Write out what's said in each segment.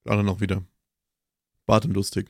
Alle noch wieder. Bart und lustig.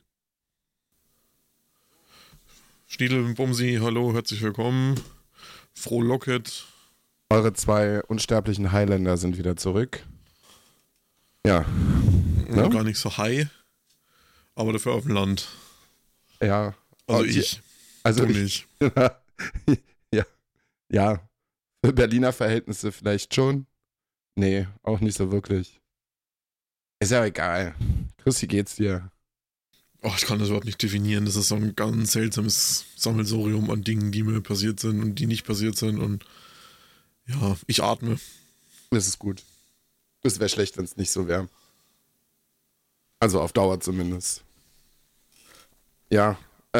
Schniedel, Bumsi, hallo, herzlich willkommen. Frohlocket. Eure zwei unsterblichen Highlander sind wieder zurück. Ja. Ne? Gar nicht so high, aber dafür auf dem Land. Ja. Also ich. Also du ich. nicht. Ja. Ja. Für Berliner Verhältnisse vielleicht schon. Nee, auch nicht so wirklich. Ist ja egal. Chris, wie geht's dir? Oh, ich kann das überhaupt nicht definieren. Das ist so ein ganz seltsames Sammelsurium an Dingen, die mir passiert sind und die nicht passiert sind. Und ja, ich atme. Das ist gut. Es wäre schlecht, wenn es nicht so wäre. Also auf Dauer zumindest. Ja,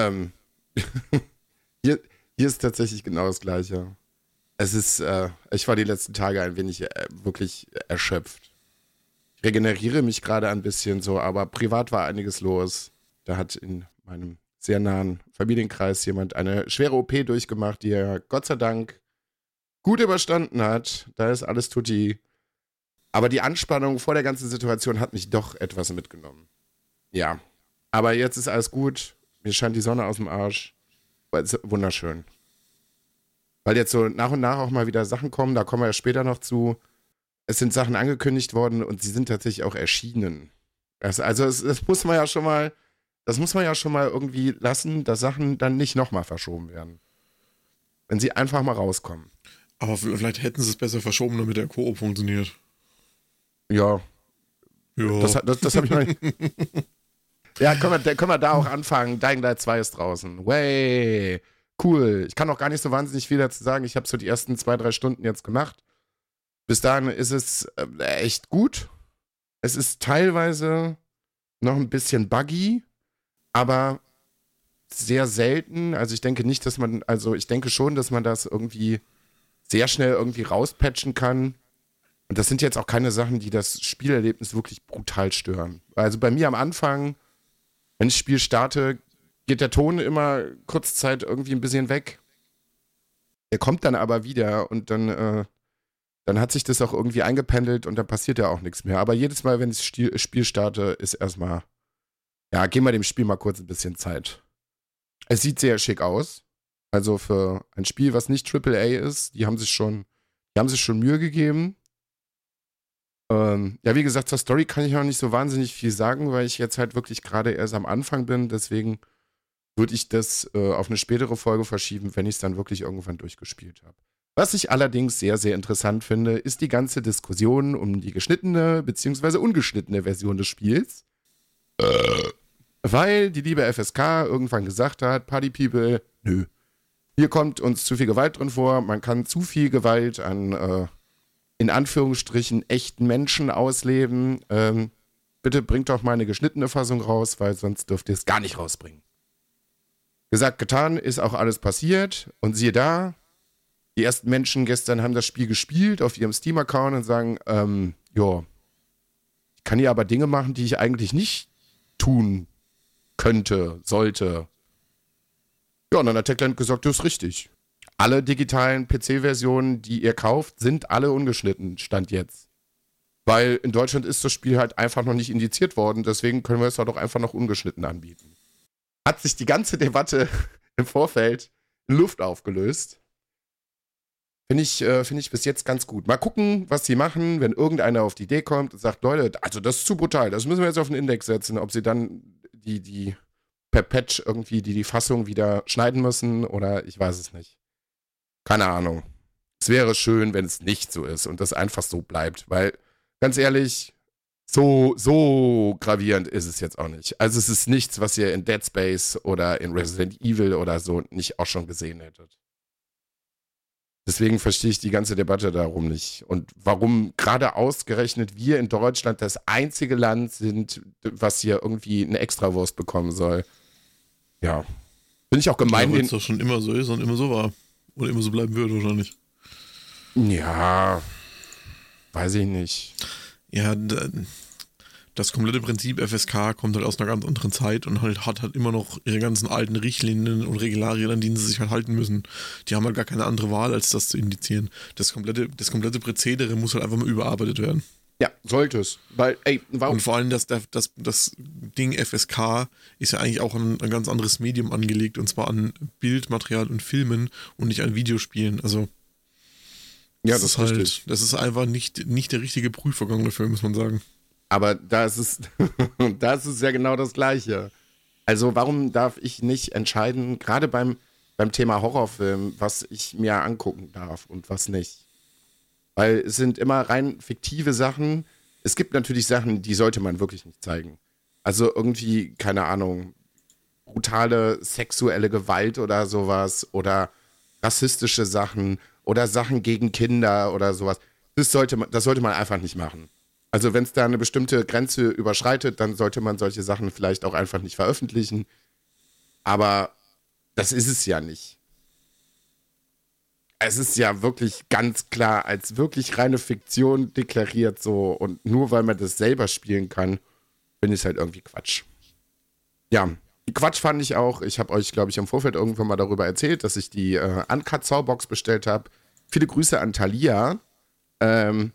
hier ist tatsächlich genau das Gleiche. Es ist, ich war die letzten Tage ein wenig wirklich erschöpft. Ich regeneriere mich gerade ein bisschen so, aber privat war einiges los. Da hat in meinem sehr nahen Familienkreis jemand eine schwere OP durchgemacht, die er Gott sei Dank gut überstanden hat. Da ist alles tutti. Aber die Anspannung vor der ganzen Situation hat mich doch etwas mitgenommen. Ja, aber jetzt ist alles gut. Mir scheint die Sonne aus dem Arsch. Es ist wunderschön. Weil jetzt so nach und nach auch mal wieder Sachen kommen, da kommen wir ja später noch zu. Es sind Sachen angekündigt worden und sie sind tatsächlich auch erschienen. Das muss man ja schon mal, irgendwie lassen, dass Sachen dann nicht nochmal verschoben werden. Wenn sie einfach mal rauskommen. Aber vielleicht hätten sie es besser verschoben, damit der Koop funktioniert. Ja. Das habe ich noch nicht. Ja, können wir da auch anfangen. Dying Light 2 ist draußen. Way. Cool. Ich kann auch gar nicht so wahnsinnig viel dazu sagen. Ich habe so die ersten 2-3 Stunden jetzt gemacht. Bis dahin ist es echt gut. Es ist teilweise noch ein bisschen buggy, aber sehr selten. Also ich denke schon, dass man das irgendwie sehr schnell irgendwie rauspatchen kann. Und das sind jetzt auch keine Sachen, die das Spielerlebnis wirklich brutal stören. Also bei mir am Anfang, wenn ich das Spiel starte, geht der Ton immer kurzzeit irgendwie ein bisschen weg. Der kommt dann aber wieder und dann hat sich das auch irgendwie eingependelt und dann passiert ja auch nichts mehr. Aber jedes Mal, wenn ich das Spiel starte, ist erstmal, ja, geben wir dem Spiel mal kurz ein bisschen Zeit. Es sieht sehr schick aus. Also für ein Spiel, was nicht AAA ist, die haben sich schon Mühe gegeben. Ja, wie gesagt, zur Story kann ich noch nicht so wahnsinnig viel sagen, weil ich jetzt halt wirklich gerade erst am Anfang bin. Deswegen würde ich das auf eine spätere Folge verschieben, wenn ich es dann wirklich irgendwann durchgespielt habe. Was ich allerdings sehr, sehr interessant finde, ist die ganze Diskussion um die geschnittene bzw. ungeschnittene Version des Spiels. Weil die liebe FSK irgendwann gesagt hat, Party People, nö, hier kommt uns zu viel Gewalt drin vor, man kann zu viel Gewalt an in Anführungsstrichen echten Menschen ausleben. Bitte bringt doch mal eine geschnittene Fassung raus, weil sonst dürft ihr es gar nicht rausbringen. Gesagt, getan, ist auch alles passiert. Und siehe da, die ersten Menschen gestern haben das Spiel gespielt auf ihrem Steam-Account und sagen, ja, ich kann hier aber Dinge machen, die ich eigentlich nicht tun könnte, sollte. Ja, und dann hat Techland gesagt, das ist richtig. Alle digitalen PC-Versionen, die ihr kauft, sind alle ungeschnitten, Stand jetzt. Weil in Deutschland ist das Spiel halt einfach noch nicht indiziert worden, deswegen können wir es doch einfach noch ungeschnitten anbieten. Hat sich die ganze Debatte im Vorfeld in Luft aufgelöst. Finde ich bis jetzt ganz gut. Mal gucken, was sie machen, wenn irgendeiner auf die Idee kommt und sagt, Leute, also das ist zu brutal, das müssen wir jetzt auf den Index setzen, ob sie dann die per Patch irgendwie die Fassung wieder schneiden müssen oder ich weiß es nicht. Keine Ahnung. Es wäre schön, wenn es nicht so ist und das einfach so bleibt, weil, ganz ehrlich, so gravierend ist es jetzt auch nicht. Also es ist nichts, was ihr in Dead Space oder in Resident Evil oder so nicht auch schon gesehen hättet. Deswegen verstehe ich die ganze Debatte darum nicht. Und warum gerade ausgerechnet wir in Deutschland das einzige Land sind, was hier irgendwie eine Extrawurst bekommen soll. Ja. Bin ich auch gemein. Ja, weil es doch schon immer so ist und immer so war. Oder immer so bleiben wird wahrscheinlich. Ja. Weiß ich nicht. Ja, das komplette Prinzip FSK kommt halt aus einer ganz anderen Zeit und hat halt immer noch ihre ganzen alten Richtlinien und Regularien, an denen sie sich halt halten müssen. Die haben halt gar keine andere Wahl, als das zu indizieren. Das komplette Prozedere muss halt einfach mal überarbeitet werden. Ja, sollte es. Weil, warum? Und vor allem das Ding FSK ist ja eigentlich auch an ein ganz anderes Medium angelegt, und zwar an Bildmaterial und Filmen und nicht an Videospielen. Also Ja, das ist richtig. das ist einfach nicht der richtige Prüfvorgang dafür, muss man sagen. Aber da ist es, da ist es ja genau das Gleiche. Also warum darf ich nicht entscheiden, gerade beim Thema Horrorfilm, was ich mir angucken darf und was nicht? Weil es sind immer rein fiktive Sachen. Es gibt natürlich Sachen, die sollte man wirklich nicht zeigen. Also irgendwie, keine Ahnung, brutale sexuelle Gewalt oder sowas oder rassistische Sachen oder Sachen gegen Kinder oder sowas. Das sollte man einfach nicht machen. Also wenn es da eine bestimmte Grenze überschreitet, dann sollte man solche Sachen vielleicht auch einfach nicht veröffentlichen. Aber das ist es ja nicht. Es ist ja wirklich ganz klar als wirklich reine Fiktion deklariert so. Und nur weil man das selber spielen kann, finde ich es halt irgendwie Quatsch. Ja, Quatsch fand ich auch. Ich habe euch, glaube ich, im Vorfeld irgendwann mal darüber erzählt, dass ich die Uncut Sawbox bestellt habe. Viele Grüße an Thalia. Ähm,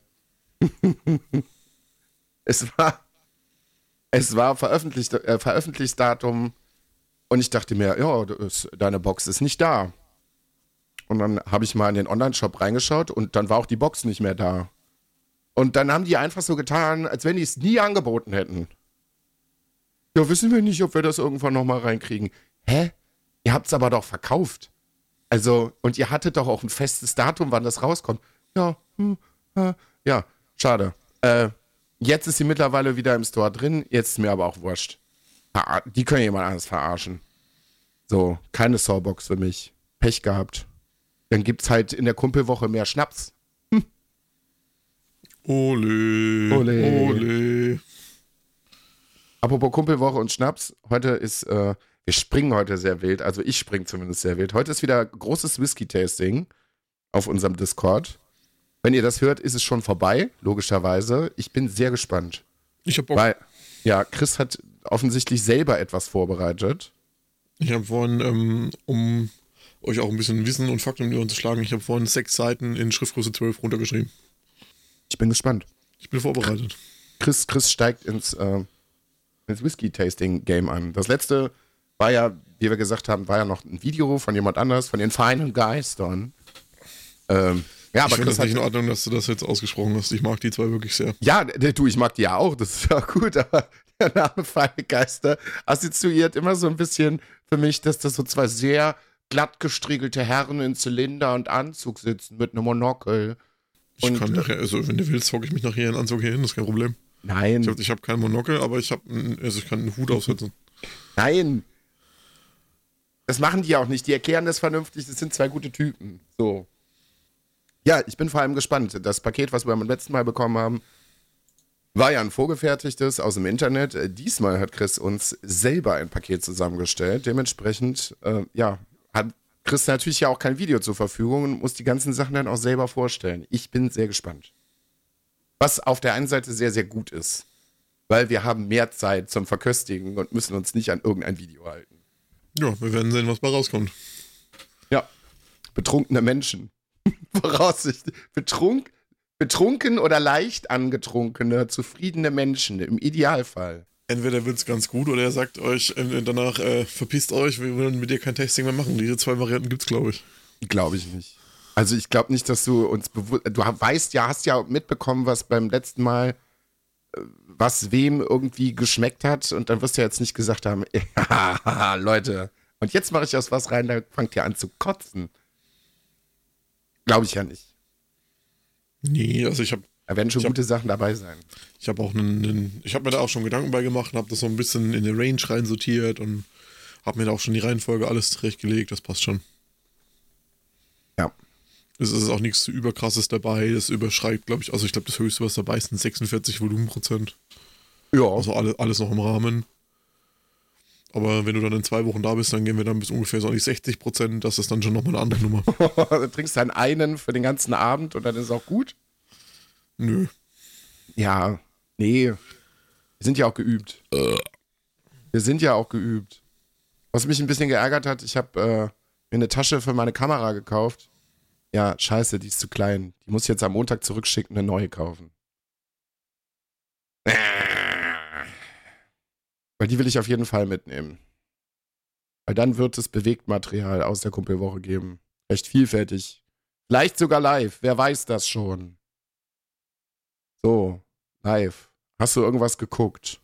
es war Veröffentlichungsdatum und ich dachte mir, ja, deine Box ist nicht da. Und dann habe ich mal in den Online-Shop reingeschaut und dann war auch die Box nicht mehr da. Und dann haben die einfach so getan, als wenn die es nie angeboten hätten. Ja, wissen wir nicht, ob wir das irgendwann nochmal reinkriegen. Hä? Ihr habt es aber doch verkauft. Also, und ihr hattet doch auch ein festes Datum, wann das rauskommt. Ja, ja, schade. Jetzt ist sie mittlerweile wieder im Store drin, jetzt ist mir aber auch wurscht. Die können jemand anderes verarschen. So, keine Sawbox für mich. Pech gehabt. Dann gibt's halt in der Kumpelwoche mehr Schnaps. Ole. Ole. Ole. Apropos Kumpelwoche und Schnaps, heute ist, wir springen heute sehr wild, also ich springe zumindest sehr wild. Heute ist wieder großes Whisky-Tasting auf unserem Discord. Wenn ihr das hört, ist es schon vorbei, logischerweise. Ich bin sehr gespannt. Ich hab Bock. Weil, ja, Chris hat offensichtlich selber etwas vorbereitet. Ich habe vorhin, um euch auch ein bisschen Wissen und Fakten um die Ohren zu schlagen, ich habe vorhin 6 Seiten in Schriftgröße 12 runtergeschrieben. Ich bin gespannt. Ich bin vorbereitet. Chris steigt ins Whisky-Tasting-Game an. Das letzte war ja, wie wir gesagt haben, war ja noch ein Video von jemand anders, von den feinen Geistern. Ja, aber ich finde Chris das nicht in Ordnung, dass du das jetzt ausgesprochen hast. Ich mag die zwei wirklich sehr. Ja, du, ich mag die ja auch, das ist ja gut, aber der Name Feine Geister assoziiert immer so ein bisschen für mich, dass das so zwei sehr glatt gestriegelte Herren in Zylinder und Anzug sitzen mit einem Monokel. Ich kann nachher, also wenn du willst, hocke ich mich nachher in den Anzug hier hin, das ist kein Problem. Nein. Ich hab kein Monokel, aber ich kann einen Hut aufsetzen. Nein. Das machen die auch nicht, die erklären das vernünftig, das sind zwei gute Typen. So. Ja, ich bin vor allem gespannt. Das Paket, was wir beim letzten Mal bekommen haben, war ja ein vorgefertigtes aus dem Internet. Diesmal hat Chris uns selber ein Paket zusammengestellt. Dementsprechend, hat Chris natürlich ja auch kein Video zur Verfügung und muss die ganzen Sachen dann auch selber vorstellen. Ich bin sehr gespannt. Was auf der einen Seite sehr, sehr gut ist, weil wir haben mehr Zeit zum Verköstigen und müssen uns nicht an irgendein Video halten. Ja, wir werden sehen, was bei rauskommt. Ja, betrunkene Menschen. Voraussichtlich. Betrunken oder leicht angetrunkene, zufriedene Menschen, im Idealfall. Entweder wird's ganz gut oder er sagt euch danach, verpisst euch, wir wollen mit dir kein Tasting mehr machen. Diese 2 Varianten gibt's, glaube ich. Glaube ich nicht. Also ich glaube nicht, dass du uns bewusst, du weißt ja, hast ja mitbekommen, was beim letzten Mal, was wem irgendwie geschmeckt hat und dann wirst du ja jetzt nicht gesagt haben, Leute, und jetzt mache ich aus was rein, da fangt ihr an zu kotzen. Glaube ich ja nicht. Nee, also Da werden schon gute Sachen dabei sein. Ich habe auch ich habe mir da auch schon Gedanken bei gemacht und habe das so ein bisschen in eine Range reinsortiert und habe mir da auch schon die Reihenfolge alles zurechtgelegt, das passt schon. Ja. Es ist auch nichts zu überkrasses dabei, das überschreibt, glaube ich, also ich glaube, das höchste, was dabei ist, sind 46 Volumenprozent. Ja. Also alles noch im Rahmen. Aber wenn du dann in 2 Wochen da bist, dann gehen wir dann bis ungefähr so an die 60%, das ist dann schon nochmal eine andere Nummer. Du trinkst dann einen für den ganzen Abend und dann ist es auch gut? Nö. Ja, nee. Wir sind ja auch geübt. Was mich ein bisschen geärgert hat, ich habe mir eine Tasche für meine Kamera gekauft. Ja, scheiße, die ist zu klein. Die muss ich jetzt am Montag zurückschicken und eine neue kaufen. Weil die will ich auf jeden Fall mitnehmen. Weil dann wird es Bewegtmaterial aus der Kumpelwoche geben. Recht vielfältig. Vielleicht sogar live. Wer weiß das schon? So, live. Hast du irgendwas geguckt?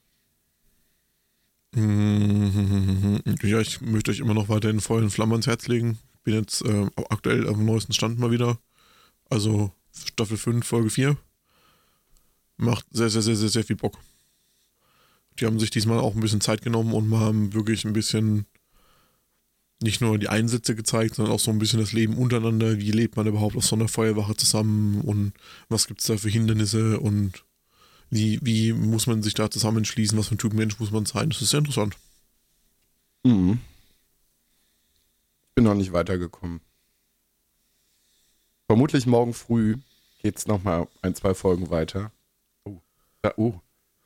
Ja, ich möchte euch immer noch weiterhin Feuer und Flamme ans Herz legen. Bin jetzt aktuell auf dem neuesten Stand mal wieder. Also Staffel 5, Folge 4. Macht sehr, sehr, sehr, sehr, sehr viel Bock. Die haben sich diesmal auch ein bisschen Zeit genommen und haben wirklich ein bisschen nicht nur die Einsätze gezeigt, sondern auch so ein bisschen das Leben untereinander. Wie lebt man überhaupt auf so einer Feuerwache zusammen und was gibt es da für Hindernisse und wie muss man sich da zusammenschließen, was für ein Typ Mensch muss man sein. Das ist sehr interessant. Mhm. Bin noch nicht weitergekommen. Vermutlich morgen früh geht's nochmal 1-2 Folgen weiter. Oh. Ja, oh.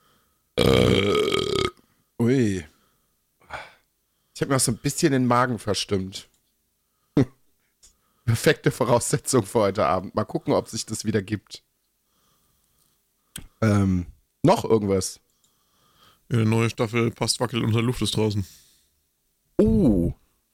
Ui. Ich habe mir auch so ein bisschen den Magen verstimmt. Perfekte Voraussetzung für heute Abend. Mal gucken, ob sich das wieder gibt. Noch irgendwas? Eine neue Staffel Passt wackelt und der Luft ist draußen. Oh.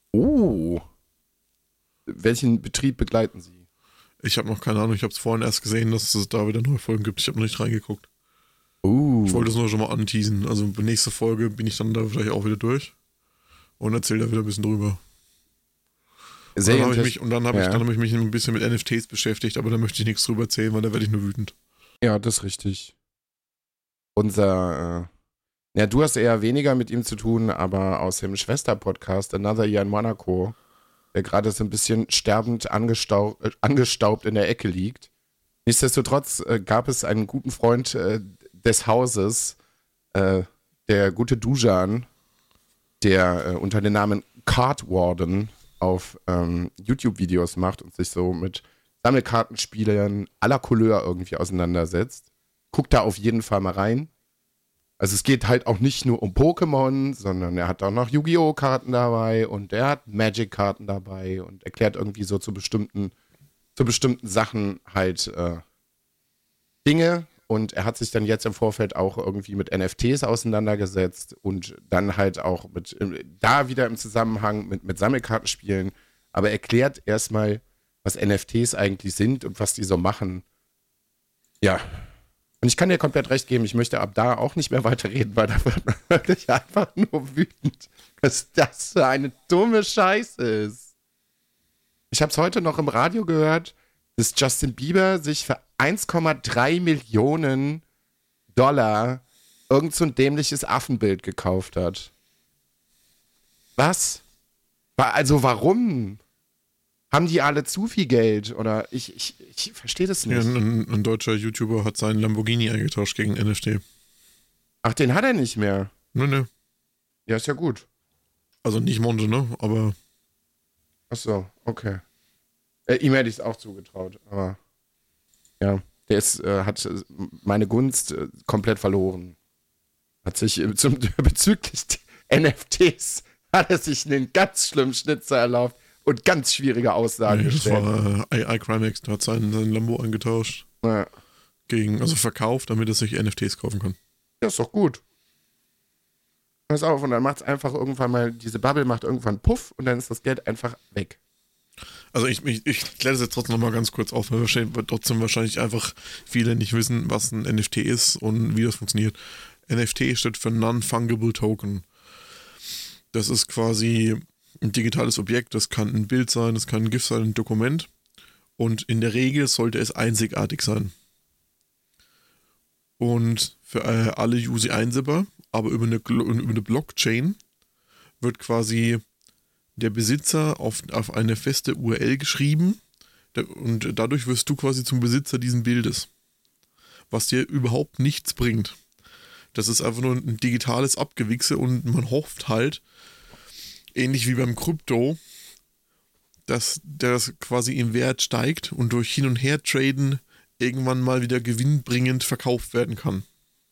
Welchen Betrieb begleiten Sie? Ich habe noch keine Ahnung. Ich habe es vorhin erst gesehen, dass es da wieder neue Folgen gibt. Ich habe noch nicht reingeguckt. Ich wollte es nur schon mal anteasen. Also nächste Folge bin ich dann da vielleicht auch wieder durch und erzähle da wieder ein bisschen drüber. Und dann habe ich mich ein bisschen mit NFTs beschäftigt, aber da möchte ich nichts drüber erzählen, weil da werde ich nur wütend. Ja, das ist richtig. Du hast eher weniger mit ihm zu tun, aber aus dem Schwester-Podcast Another Year in Monaco, der gerade so ein bisschen sterbend angestaubt in der Ecke liegt. Nichtsdestotrotz gab es einen guten Freund des Hauses, der gute Dujan, der unter dem Namen Card Warden auf YouTube-Videos macht und sich so mit Sammelkartenspielen à la Couleur irgendwie auseinandersetzt. Guckt da auf jeden Fall mal rein. Also es geht halt auch nicht nur um Pokémon, sondern er hat auch noch Yu-Gi-Oh! Karten dabei und er hat Magic-Karten dabei und erklärt irgendwie so zu bestimmten Sachen halt Dinge. Und er hat sich dann jetzt im Vorfeld auch irgendwie mit NFTs auseinandergesetzt und dann halt auch da wieder im Zusammenhang mit Sammelkartenspielen. Aber erklärt erstmal, was NFTs eigentlich sind und was die so machen. Ja. Und ich kann dir komplett recht geben, ich möchte ab da auch nicht mehr weiterreden, weil da wird man wirklich einfach nur wütend, dass das so eine dumme Scheiße ist. Ich habe es heute noch im Radio gehört, dass Justin Bieber sich für 1,3 Millionen $ irgend so ein dämliches Affenbild gekauft hat. Was? Also warum? Haben die alle zu viel Geld? Oder ich verstehe das nicht. Ja, ein deutscher YouTuber hat seinen Lamborghini eingetauscht gegen NFT. Ach, den hat er nicht mehr? Ne. Ja, ist ja gut. Also nicht Monte, ne? Aber. Ach so, okay. Ihm hätte ich es auch zugetraut, aber ja, der hat meine Gunst komplett verloren. Hat sich bezüglich NFTs hat er sich einen ganz schlimmen Schnitzer erlaubt und ganz schwierige Aussagen gestellt. Das war iCrimex, der hat seinen Lambo eingetauscht. Ja. Also verkauft, damit er sich NFTs kaufen kann. Ja, ist doch gut. Pass auf, und dann macht es einfach irgendwann mal, diese Bubble macht irgendwann Puff und dann ist das Geld einfach weg. Also ich kläre das jetzt trotzdem nochmal ganz kurz auf, weil trotzdem wahrscheinlich einfach viele nicht wissen, was ein NFT ist und wie das funktioniert. NFT steht für Non-Fungible Token. Das ist quasi ein digitales Objekt, das kann ein Bild sein, das kann ein GIF sein, ein Dokument. Und in der Regel sollte es einzigartig sein. Und für alle USI einsehbar, aber über eine Blockchain wird quasi der Besitzer auf eine feste URL geschrieben und dadurch wirst du quasi zum Besitzer dieses Bildes, was dir überhaupt nichts bringt. Das ist einfach nur ein digitales Abgewichse und man hofft halt, ähnlich wie beim Krypto, dass das quasi im Wert steigt und durch Hin- und Her-Traden irgendwann mal wieder gewinnbringend verkauft werden kann.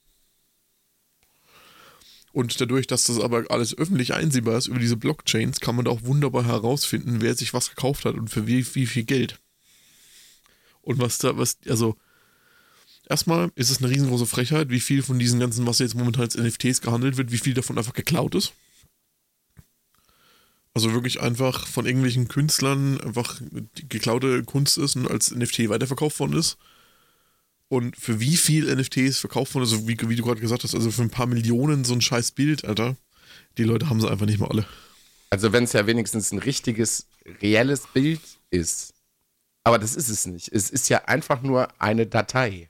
Und dadurch, dass das aber alles öffentlich einsehbar ist über diese Blockchains, kann man da auch wunderbar herausfinden, wer sich was gekauft hat und für wie viel Geld. Und also erstmal ist es eine riesengroße Frechheit, wie viel von diesen ganzen, was jetzt momentan als NFTs gehandelt wird, wie viel davon einfach geklaut ist. Also wirklich einfach von irgendwelchen Künstlern einfach die geklaute Kunst ist und als NFT weiterverkauft worden ist. Und für wie viel NFTs verkauft worden ist, also wie du gerade gesagt hast, also für ein paar Millionen so ein scheiß Bild, Alter. Die Leute haben sie einfach nicht mal alle. Also wenn es ja wenigstens ein richtiges, reelles Bild ist. Aber das ist es nicht. Es ist ja einfach nur eine Datei.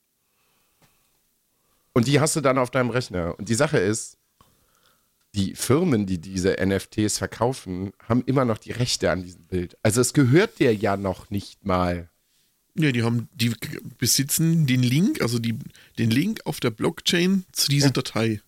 Und die hast du dann auf deinem Rechner. Und die Sache ist, die Firmen, die diese NFTs verkaufen, haben immer noch die Rechte an diesem Bild. Also es gehört dir ja noch nicht mal. Ja, die besitzen den Link, also den Link auf der Blockchain zu dieser Datei.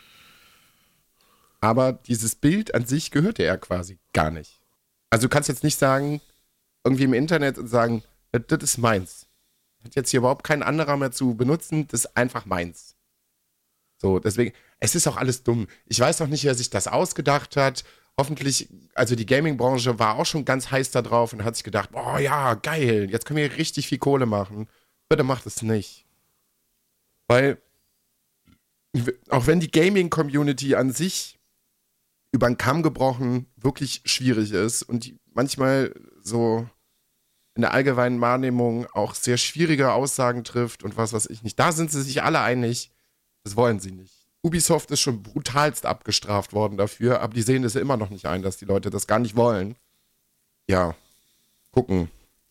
Aber dieses Bild an sich gehört dir ja quasi gar nicht. Also du kannst jetzt nicht sagen, irgendwie im Internet und sagen, das ist meins. Hat jetzt hier überhaupt kein anderer mehr zu benutzen, das ist einfach meins. So, deswegen, es ist auch alles dumm. Ich weiß noch nicht, wer sich das ausgedacht hat. Hoffentlich, also die Gaming-Branche war auch schon ganz heiß da drauf und hat sich gedacht, oh ja, geil, jetzt können wir richtig viel Kohle machen. Bitte macht es nicht. Weil, auch wenn die Gaming-Community an sich über den Kamm gebrochen wirklich schwierig ist und die manchmal so in der allgemeinen Wahrnehmung auch sehr schwierige Aussagen trifft und was weiß ich nicht, da sind sie sich alle einig, das wollen sie nicht. Ubisoft ist schon brutalst abgestraft worden dafür, aber die sehen es ja immer noch nicht ein, dass die Leute das gar nicht wollen. Ja, gucken.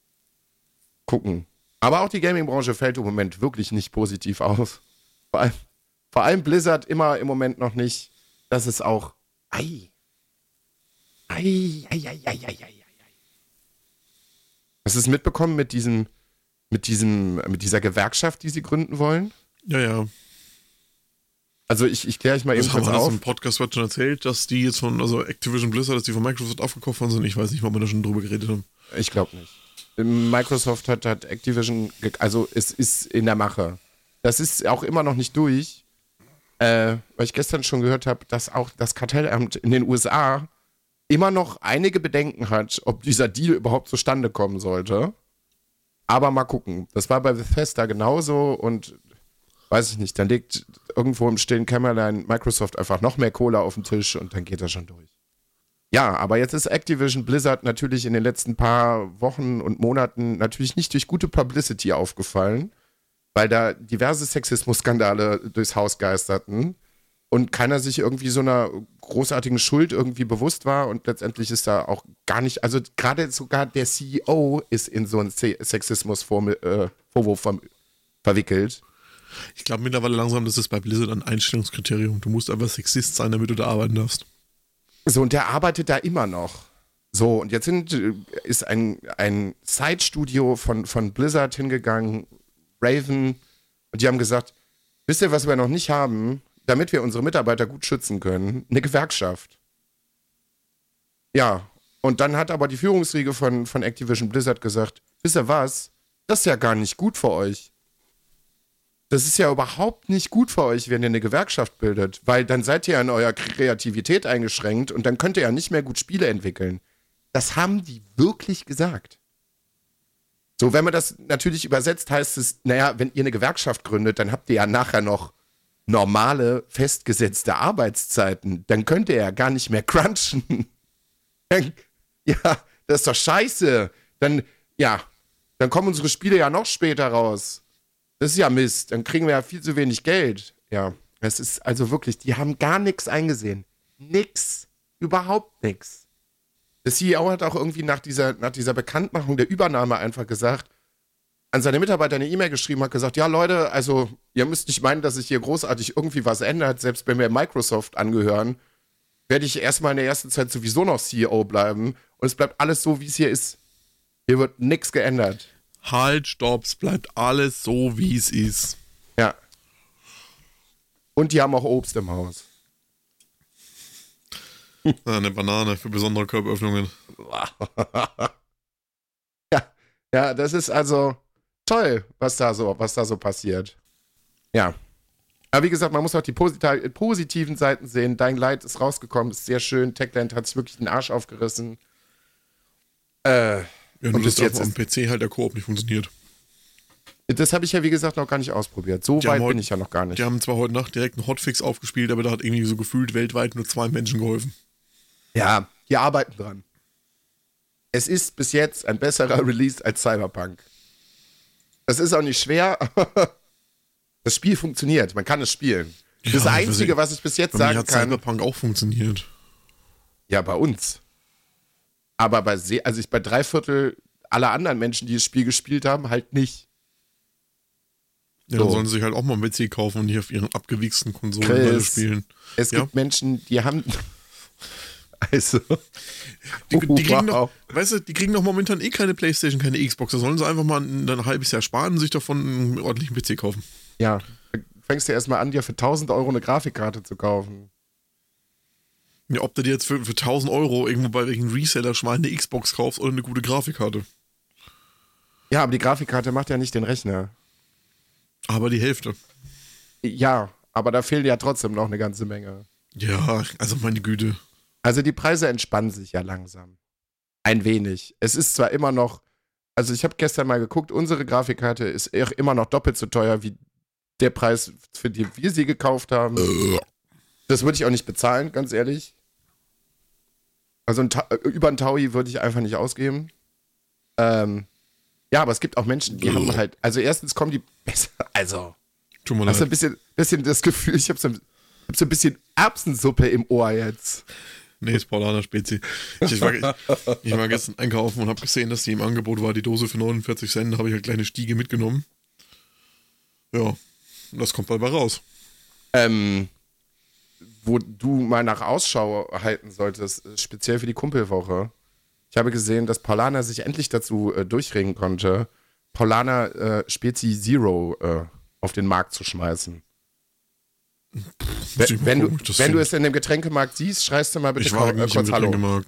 Aber auch die Gaming-Branche fällt im Moment wirklich nicht positiv aus. Vor allem Blizzard immer im Moment noch nicht. Das ist auch Hast du es mitbekommen mit dieser Gewerkschaft, die sie gründen wollen? Ja. Also ich kläre euch mal eben kurz auf. auf. Im Podcast wird schon erzählt, dass die jetzt also Activision Blizzard, dass die von Microsoft aufgekauft worden sind. Ich weiß nicht, ob wir da schon drüber geredet haben. Ich glaube nicht. Microsoft hat Activision, also es ist in der Mache. Das ist auch immer noch nicht durch, weil ich gestern schon gehört habe, dass auch das Kartellamt in den USA immer noch einige Bedenken hat, ob dieser Deal überhaupt zustande kommen sollte. Aber mal gucken. Das war bei Bethesda genauso und weiß ich nicht, dann legt irgendwo im stillen Kämmerlein Microsoft einfach noch mehr Kohle auf den Tisch und dann geht das schon durch. Ja, aber jetzt ist Activision Blizzard natürlich in den letzten paar Wochen und Monaten natürlich nicht durch gute Publicity aufgefallen, weil da diverse Sexismus-Skandale durchs Haus geisterten und keiner sich irgendwie so einer großartigen Schuld irgendwie bewusst war und letztendlich ist da auch gar nicht, also gerade sogar der CEO ist in so einen Sexismus-Vorwurf verwickelt. Ich glaube mittlerweile langsam, das ist bei Blizzard ein Einstellungskriterium. Du musst einfach Sexist sein, damit du da arbeiten darfst. So, und der arbeitet da immer noch. So, und jetzt ist ein Side-Studio von Blizzard hingegangen, Raven, und die haben gesagt, wisst ihr, was wir noch nicht haben, damit wir unsere Mitarbeiter gut schützen können? Eine Gewerkschaft. Ja, und dann hat aber die Führungsriege von Activision Blizzard gesagt, wisst ihr was, das ist ja gar nicht gut für euch. Das ist ja überhaupt nicht gut für euch, wenn ihr eine Gewerkschaft bildet, weil dann seid ihr ja in eurer Kreativität eingeschränkt und dann könnt ihr ja nicht mehr gut Spiele entwickeln. Das haben die wirklich gesagt. So, wenn man das natürlich übersetzt, heißt es, naja, wenn ihr eine Gewerkschaft gründet, dann habt ihr ja nachher noch normale, festgesetzte Arbeitszeiten. Dann könnt ihr ja gar nicht mehr crunchen. Ja, das ist doch scheiße. Dann kommen unsere Spiele ja noch später raus. Das ist ja Mist. Dann kriegen wir ja viel zu wenig Geld. Ja, es ist also wirklich, die haben gar nichts eingesehen. Nix. Überhaupt nix. Der CEO hat auch irgendwie nach dieser Bekanntmachung der Übernahme einfach gesagt, an seine Mitarbeiter eine E-Mail geschrieben, hat gesagt, ja Leute, also ihr müsst nicht meinen, dass sich hier großartig irgendwie was ändert. Selbst wenn wir Microsoft angehören, werde ich erstmal in der ersten Zeit sowieso noch CEO bleiben. Und es bleibt alles so, wie es hier ist. Hier wird nichts geändert. Halt, stopp, es bleibt alles so, wie es ist. Ja. Und die haben auch Obst im Haus. Eine Banane für besondere Körperöffnungen. Ja, das ist also toll, was da so passiert. Ja. Aber wie gesagt, man muss auch die positiven Seiten sehen. Dying Light ist rausgekommen, ist sehr schön. Techland hat sich wirklich den Arsch aufgerissen. Ja, nur dass jetzt am PC halt der Koop nicht funktioniert. Das habe ich ja, wie gesagt, noch gar nicht ausprobiert. So weit bin ich ja noch gar nicht. Die haben zwar heute Nacht direkt einen Hotfix aufgespielt, aber da hat irgendwie so gefühlt weltweit nur 2 Menschen geholfen. Ja, die arbeiten dran. Es ist bis jetzt ein besserer Release als Cyberpunk. Das ist auch nicht schwer, aber das Spiel funktioniert. Man kann es spielen. Das Einzige, was ich bis jetzt sagen kann... Cyberpunk auch funktioniert. Ja, bei uns. Aber bei 3/4 aller anderen Menschen, die das Spiel gespielt haben, halt nicht. Ja, dann sollen sie sich halt auch mal einen PC kaufen und nicht auf ihren abgewichsten Konsolen spielen. Es gibt Menschen, die haben... Also... Die kriegen doch momentan keine Playstation, keine Xbox. Da sollen sie einfach mal ein halbes Jahr sparen und sich davon einen ordentlichen PC kaufen. Ja, fängst du erstmal an, dir für 1.000 Euro eine Grafikkarte zu kaufen. Ja, ob du dir jetzt für 1.000 Euro irgendwo bei welchen Reseller schon mal eine Xbox kaufst oder eine gute Grafikkarte. Ja, aber die Grafikkarte macht ja nicht den Rechner. Aber die Hälfte. Ja, aber da fehlt ja trotzdem noch eine ganze Menge. Ja, also meine Güte. Also die Preise entspannen sich ja langsam. Ein wenig. Es ist zwar immer noch, also ich habe gestern mal geguckt, unsere Grafikkarte ist immer noch doppelt so teuer wie der Preis, für den wir sie gekauft haben. Das würde ich auch nicht bezahlen, ganz ehrlich. Also über einen Taui würde ich einfach nicht ausgeben. Ja, aber es gibt auch Menschen, die haben halt, also erstens kommen die besser, also. Tut mir leid. Hast du ein bisschen das Gefühl, ich habe so ein bisschen Erbsensuppe im Ohr jetzt. Nee, ist Paulaner Spezi. Ich war gestern einkaufen und habe gesehen, dass die im Angebot war, die Dose für 49 Cent. Da habe ich halt kleine Stiege mitgenommen. Ja, und das kommt bald mal raus. Wo du mal nach Ausschau halten solltest, speziell für die Kumpelwoche. Ich habe gesehen, dass Paulaner sich endlich dazu durchringen konnte, Paulaner Spezi Zero auf den Markt zu schmeißen. Wenn du es in dem Getränkemarkt siehst, schreist du mal bitte kurz Hallo.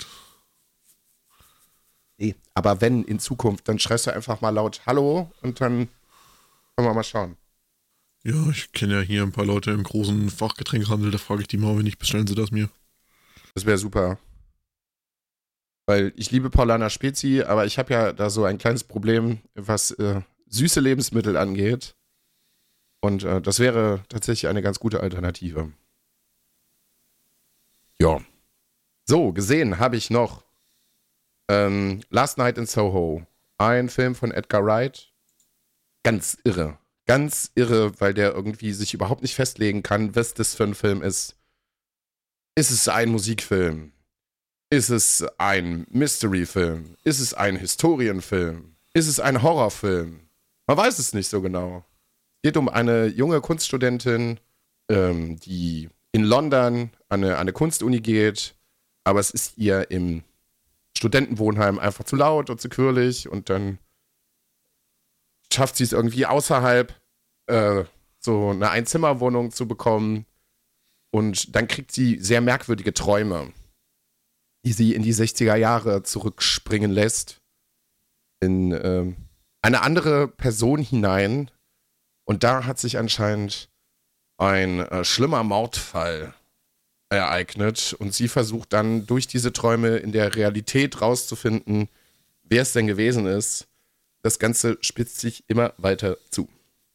Nee, aber wenn in Zukunft, dann schreist du einfach mal laut Hallo und dann können wir mal schauen. Ja, ich kenne ja hier ein paar Leute im großen Fachgetränkhandel, da frage ich die mal, wenn nicht, bestellen sie das mir. Das wäre super. Weil ich liebe Paulaner Spezi, aber ich habe ja da so ein kleines Problem, was süße Lebensmittel angeht. Und das wäre tatsächlich eine ganz gute Alternative. Ja. So, gesehen habe ich noch Last Night in Soho. Ein Film von Edgar Wright. Ganz irre. Ganz irre, weil der irgendwie sich überhaupt nicht festlegen kann, was das für ein Film ist. Ist es ein Musikfilm? Ist es ein Mystery-Film? Ist es ein Historienfilm? Ist es ein Horrorfilm? Man weiß es nicht so genau. Es geht um eine junge Kunststudentin, die in London an eine Kunstuni geht, aber es ist ihr im Studentenwohnheim einfach zu laut und zu quirlig und dann schafft sie es irgendwie außerhalb so eine Einzimmerwohnung zu bekommen und dann kriegt sie sehr merkwürdige Träume, die sie in die 60er Jahre zurückspringen lässt, in eine andere Person hinein. Und da hat sich anscheinend ein schlimmer Mordfall ereignet. Und sie versucht dann durch diese Träume in der Realität rauszufinden, wer es denn gewesen ist. Das Ganze spitzt sich immer weiter zu.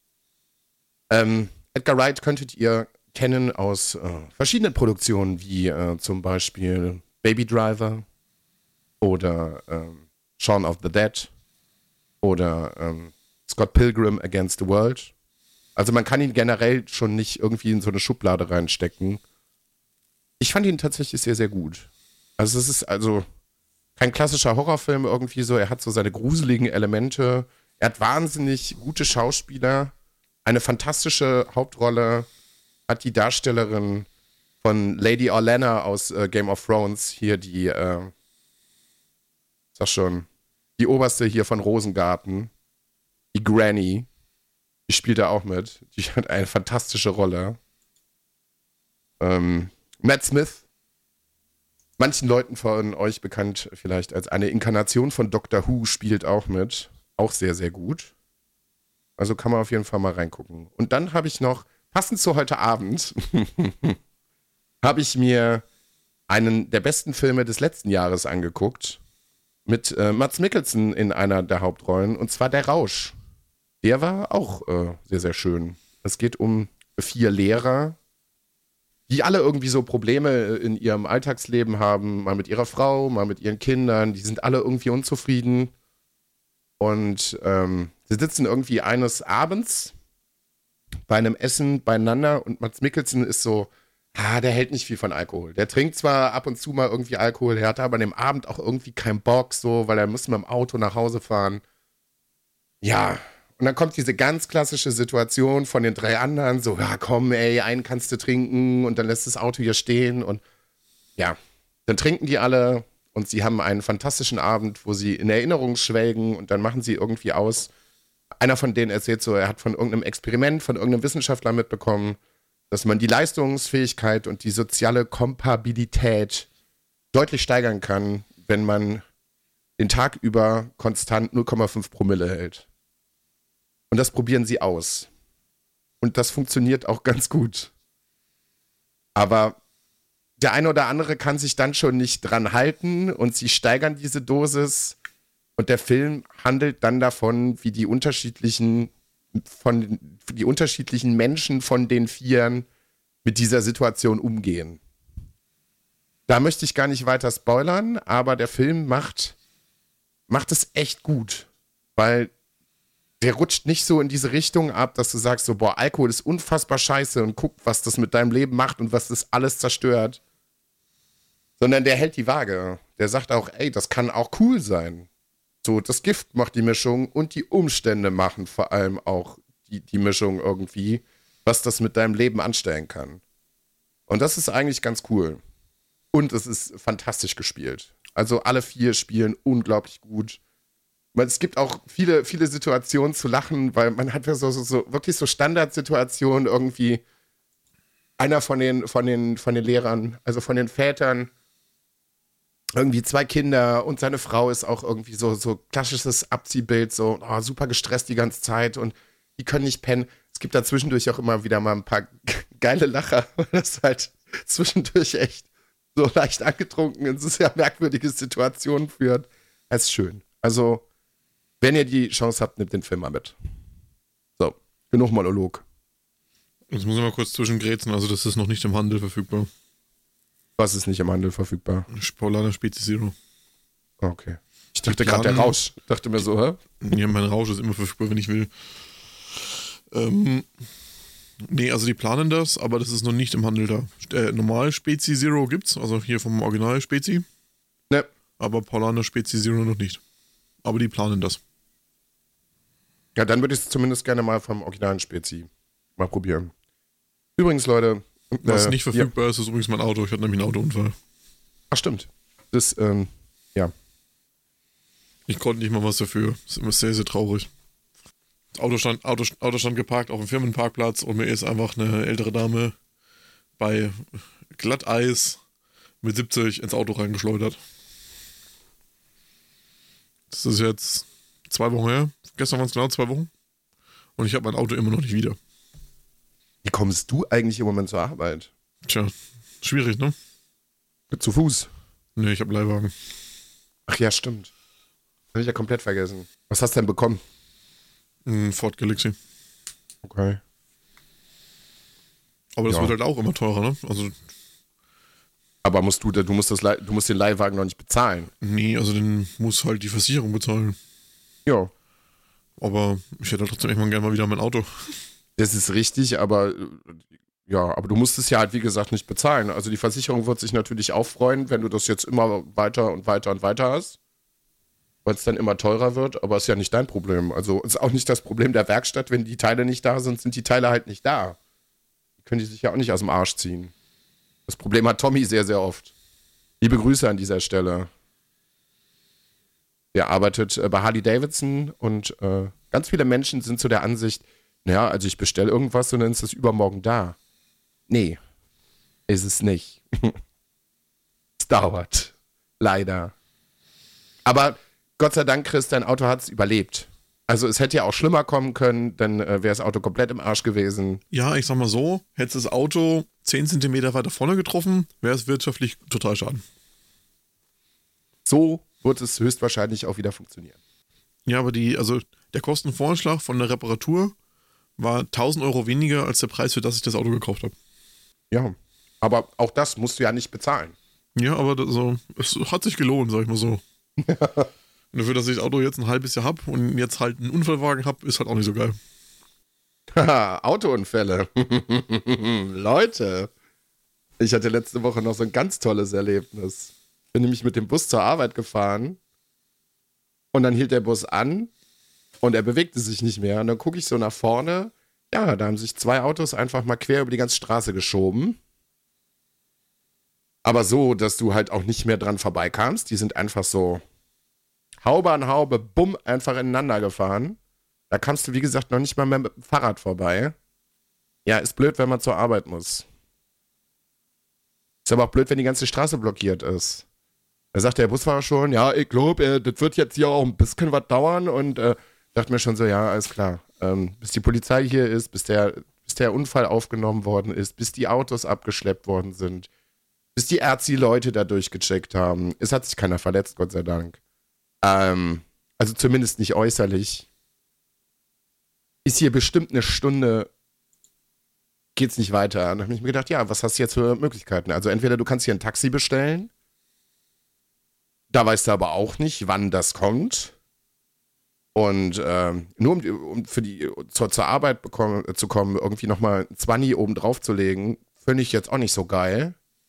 Edgar Wright könntet ihr kennen aus verschiedenen Produktionen, wie zum Beispiel Baby Driver oder Shaun of the Dead oder Scott Pilgrim Against the World. Also man kann ihn generell schon nicht irgendwie in so eine Schublade reinstecken. Ich fand ihn tatsächlich sehr, sehr gut. Also es ist also kein klassischer Horrorfilm irgendwie so. Er hat so seine gruseligen Elemente. Er hat wahnsinnig gute Schauspieler. Eine fantastische Hauptrolle hat die Darstellerin von Lady Olenna aus Game of Thrones. Hier die, sag schon, die Oberste hier von Rosengarten. Die Granny. Die spielt da auch mit. Die hat eine fantastische Rolle. Matt Smith. Manchen Leuten von euch bekannt vielleicht als eine Inkarnation von Doctor Who, spielt auch mit. Auch sehr, sehr gut. Also kann man auf jeden Fall mal reingucken. Und dann habe ich noch, passend zu heute Abend, habe ich mir einen der besten Filme des letzten Jahres angeguckt. Mit Mads Mikkelsen in einer der Hauptrollen. Und zwar Der Rausch. Der war auch sehr, sehr schön. Es geht um 4 Lehrer, die alle irgendwie so Probleme in ihrem Alltagsleben haben, mal mit ihrer Frau, mal mit ihren Kindern. Die sind alle irgendwie unzufrieden. Und sie sitzen irgendwie eines Abends bei einem Essen beieinander und Mads Mikkelsen ist so, der hält nicht viel von Alkohol. Der trinkt zwar ab und zu mal irgendwie Alkohol, der hatte aber an dem Abend auch irgendwie keinen Bock, so, weil er muss mit dem Auto nach Hause fahren. Ja, und dann kommt diese ganz klassische Situation von den 3 anderen, so, ja komm ey, einen kannst du trinken und dann lässt das Auto hier stehen und ja, dann trinken die alle und sie haben einen fantastischen Abend, wo sie in Erinnerung schwelgen und dann machen sie irgendwie aus. Einer von denen erzählt so, er hat von irgendeinem Experiment, von irgendeinem Wissenschaftler mitbekommen, dass man die Leistungsfähigkeit und die soziale Kompatibilität deutlich steigern kann, wenn man den Tag über konstant 0,5 Promille hält. Und das probieren sie aus. Und das funktioniert auch ganz gut. Aber der eine oder andere kann sich dann schon nicht dran halten und sie steigern diese Dosis. Und der Film handelt dann davon, wie die unterschiedlichen Menschen von den 4 mit dieser Situation umgehen. Da möchte ich gar nicht weiter spoilern, aber der Film macht es echt gut, weil der rutscht nicht so in diese Richtung ab, dass du sagst so, boah, Alkohol ist unfassbar scheiße und guck, was das mit deinem Leben macht und was das alles zerstört. Sondern der hält die Waage. Der sagt auch, ey, das kann auch cool sein. So, das Gift macht die Mischung und die Umstände machen vor allem auch die Mischung irgendwie, was das mit deinem Leben anstellen kann. Und das ist eigentlich ganz cool. Und es ist fantastisch gespielt. Also alle 4 spielen unglaublich gut. Es gibt auch viele, viele Situationen zu lachen, weil man hat ja so wirklich so Standardsituationen irgendwie. Einer von den Lehrern, also von den Vätern, irgendwie 2 Kinder und seine Frau ist auch irgendwie so klassisches Abziehbild, so super gestresst die ganze Zeit und die können nicht pennen. Es gibt da zwischendurch auch immer wieder mal ein paar geile Lacher, weil das halt zwischendurch echt so leicht angetrunken in so sehr merkwürdige Situationen führt. Das ist schön. Also, wenn ihr die Chance habt, nehmt den Film mal mit. So, genug Monolog. Jetzt muss ich mal kurz zwischengrätschen, also das ist noch nicht im Handel verfügbar. Was ist nicht im Handel verfügbar? Paulaner Spezi Zero. Okay. Ich dachte gerade der Rausch. Ich dachte mir so, hä? Ja, mein Rausch ist immer verfügbar, wenn ich will. Nee, also die planen das, aber das ist noch nicht im Handel da. Normal Spezi Zero gibt's, also hier vom Original Spezi. Ne. Aber Paulaner Spezi Zero noch nicht. Aber die planen das. Ja, dann würde ich es zumindest gerne mal vom originalen Spezi mal probieren. Übrigens, Leute. Was nicht verfügbar ist übrigens mein Auto. Ich hatte nämlich einen Autounfall. Ach, stimmt. Das, ja. Ich konnte nicht mal was dafür. Das ist immer sehr, sehr traurig. Das Auto stand geparkt auf dem Firmenparkplatz und mir ist einfach eine ältere Dame bei Glatteis mit 70 ins Auto reingeschleudert. Das ist jetzt 2 Wochen her. Gestern waren es genau 2 Wochen. Und ich habe mein Auto immer noch nicht wieder. Wie kommst du eigentlich im Moment zur Arbeit? Tja, schwierig, ne? Zu Fuß? Nee, ich habe Leihwagen. Ach ja, stimmt. Habe ich ja komplett vergessen. Was hast du denn bekommen? Ein Ford Galaxy. Okay. Aber das wird halt auch immer teurer, ne? Also. Aber du musst den Leihwagen noch nicht bezahlen. Nee, also den muss halt die Versicherung bezahlen. Ja. Aber ich hätte trotzdem irgendwann gerne mal wieder mein Auto. Das ist richtig, aber aber du musst es ja halt, wie gesagt, nicht bezahlen. Also die Versicherung wird sich natürlich auch freuen, wenn du das jetzt immer weiter und weiter und weiter hast, weil es dann immer teurer wird, aber ist ja nicht dein Problem. Also ist auch nicht das Problem der Werkstatt, wenn die Teile nicht da sind, sind die Teile halt nicht da. Die können die sich ja auch nicht aus dem Arsch ziehen. Das Problem hat Tommy sehr, sehr oft. Liebe Grüße an dieser Stelle. Der arbeitet bei Harley Davidson und ganz viele Menschen sind zu der Ansicht, naja, also ich bestelle irgendwas und dann ist es übermorgen da. Nee, ist es nicht. Es dauert. Leider. Aber Gott sei Dank, Chris, dein Auto hat es überlebt. Also es hätte ja auch schlimmer kommen können, dann wäre das Auto komplett im Arsch gewesen. Ja, ich sag mal so, hätte das Auto 10 Zentimeter weiter vorne getroffen, wäre es wirtschaftlich total schaden. So wird es höchstwahrscheinlich auch wieder funktionieren. Ja, aber der Kostenvoranschlag von der Reparatur war 1.000 Euro weniger als der Preis, für das ich das Auto gekauft habe. Ja, aber auch das musst du ja nicht bezahlen. Ja, aber es hat sich gelohnt, sag ich mal so. Und dafür, dass ich das Auto jetzt ein halbes Jahr habe und jetzt halt einen Unfallwagen habe, ist halt auch nicht so geil. Haha, Autounfälle. Leute, ich hatte letzte Woche noch so ein ganz tolles Erlebnis. Bin nämlich mit dem Bus zur Arbeit gefahren und dann hielt der Bus an und er bewegte sich nicht mehr. Und dann gucke ich so nach vorne. Ja, da haben sich 2 Autos einfach mal quer über die ganze Straße geschoben. Aber so, dass du halt auch nicht mehr dran vorbeikamst. Die sind einfach so Haube an Haube, bumm, einfach ineinander gefahren. Da kamst du, wie gesagt, noch nicht mal mehr mit dem Fahrrad vorbei. Ja, ist blöd, wenn man zur Arbeit muss. Ist aber auch blöd, wenn die ganze Straße blockiert ist. Da sagt der Busfahrer schon, ja, ich glaube, das wird jetzt hier auch ein bisschen was dauern. Und dachte mir schon so, ja, alles klar. Bis die Polizei hier ist, bis der Unfall aufgenommen worden ist, bis die Autos abgeschleppt worden sind, bis die Ärzte-Leute da durchgecheckt haben. Es hat sich keiner verletzt, Gott sei Dank. Also zumindest nicht äußerlich. Ist hier bestimmt eine Stunde, geht's nicht weiter. Und dann habe ich mir gedacht, ja, was hast du jetzt für Möglichkeiten? Also entweder du kannst hier ein Taxi bestellen, da weißt du aber auch nicht, wann das kommt. Und nur um zur Arbeit zu kommen, irgendwie nochmal ein 20 oben drauf zu legen, finde ich jetzt auch nicht so geil.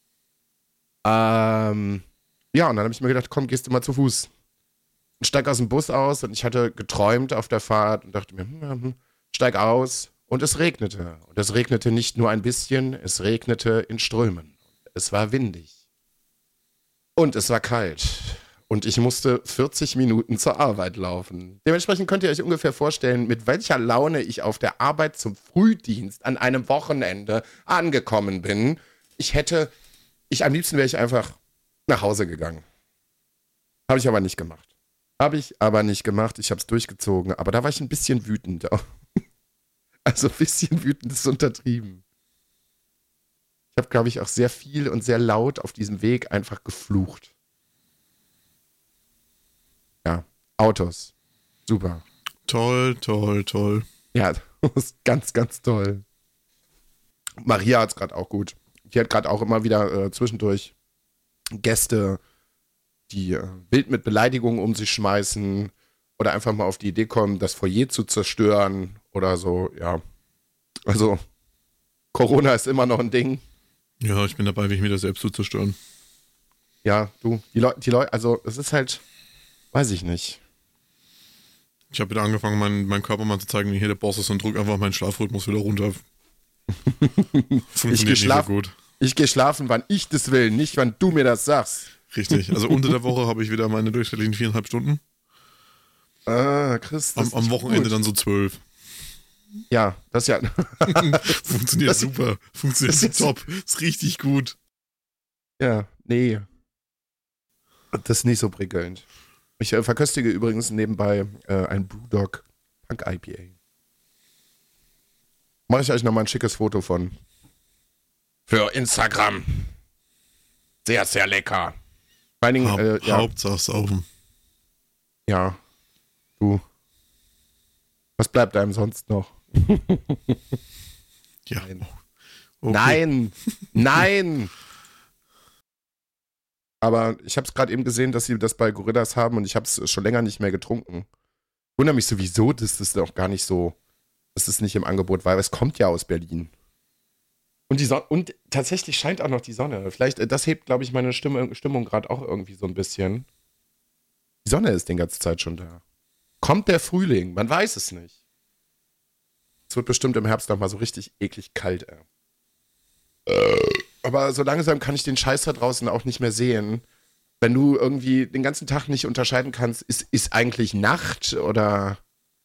Ja, und dann habe ich mir gedacht, komm, gehst du mal zu Fuß. Und steig aus dem Bus aus und ich hatte geträumt auf der Fahrt und dachte mir, steig aus und es regnete. Und es regnete nicht nur ein bisschen, es regnete in Strömen. Es war windig. Und es war kalt. Und ich musste 40 Minuten zur Arbeit laufen. Dementsprechend könnt ihr euch ungefähr vorstellen, mit welcher Laune ich auf der Arbeit zum Frühdienst an einem Wochenende angekommen bin. Am liebsten wäre ich einfach nach Hause gegangen. Habe ich aber nicht gemacht. Ich habe es durchgezogen. Aber da war ich ein bisschen wütend. Also ein bisschen wütend ist untertrieben. Ich habe, glaube ich, auch sehr viel und sehr laut auf diesem Weg einfach geflucht. Ja, Autos. Super. Toll, toll, toll. Ja, das ist ganz, ganz toll. Maria hat es gerade auch gut. Die hat gerade auch immer wieder zwischendurch Gäste, die wild mit Beleidigungen um sich schmeißen oder einfach mal auf die Idee kommen, das Foyer zu zerstören oder so, ja. Also, Corona ist immer noch ein Ding. Ja, ich bin dabei, mich wieder selbst zu zerstören. Ja, du, die Leute, also es ist halt, weiß ich nicht. Ich habe wieder angefangen, meinen Körper mal zu zeigen, wie hier der Boss ist und drück einfach meinen Schlafrhythmus wieder runter. Funktioniert nicht so gut. Ich gehe schlafen, wann ich das will, nicht wann du mir das sagst. Richtig, also unter der Woche habe ich wieder meine durchschnittlichen 4,5 Stunden. Ah, Chris. Am Wochenende gut. Dann so 12. Ja, das ja. Funktioniert super. Funktioniert top. Ist richtig gut. Ja, nee. Das ist nicht so prickelnd. Ich verköstige übrigens nebenbei ein Brewdog Punk IPA. Mache ich euch nochmal ein schickes Foto von. Für Instagram. Sehr, sehr lecker. Vor allen Dingen, Hauptsache saufen. Ja. Du. Was bleibt einem sonst noch? Ja. Nein. Okay. Nein! Aber ich habe es gerade eben gesehen, dass sie das bei Gorillas haben und ich habe es schon länger nicht mehr getrunken. Ich wundere mich sowieso, dass das auch gar nicht so, dass es nicht im Angebot war, weil es kommt ja aus Berlin. Und tatsächlich scheint auch noch die Sonne. Vielleicht, das hebt, glaube ich, meine Stimmung gerade auch irgendwie so ein bisschen. Die Sonne ist die ganze Zeit schon da. Kommt der Frühling? Man weiß es nicht. Es wird bestimmt im Herbst noch mal so richtig eklig kalt, ey. Aber so langsam kann ich den Scheiß da draußen auch nicht mehr sehen. Wenn du irgendwie den ganzen Tag nicht unterscheiden kannst, ist eigentlich Nacht oder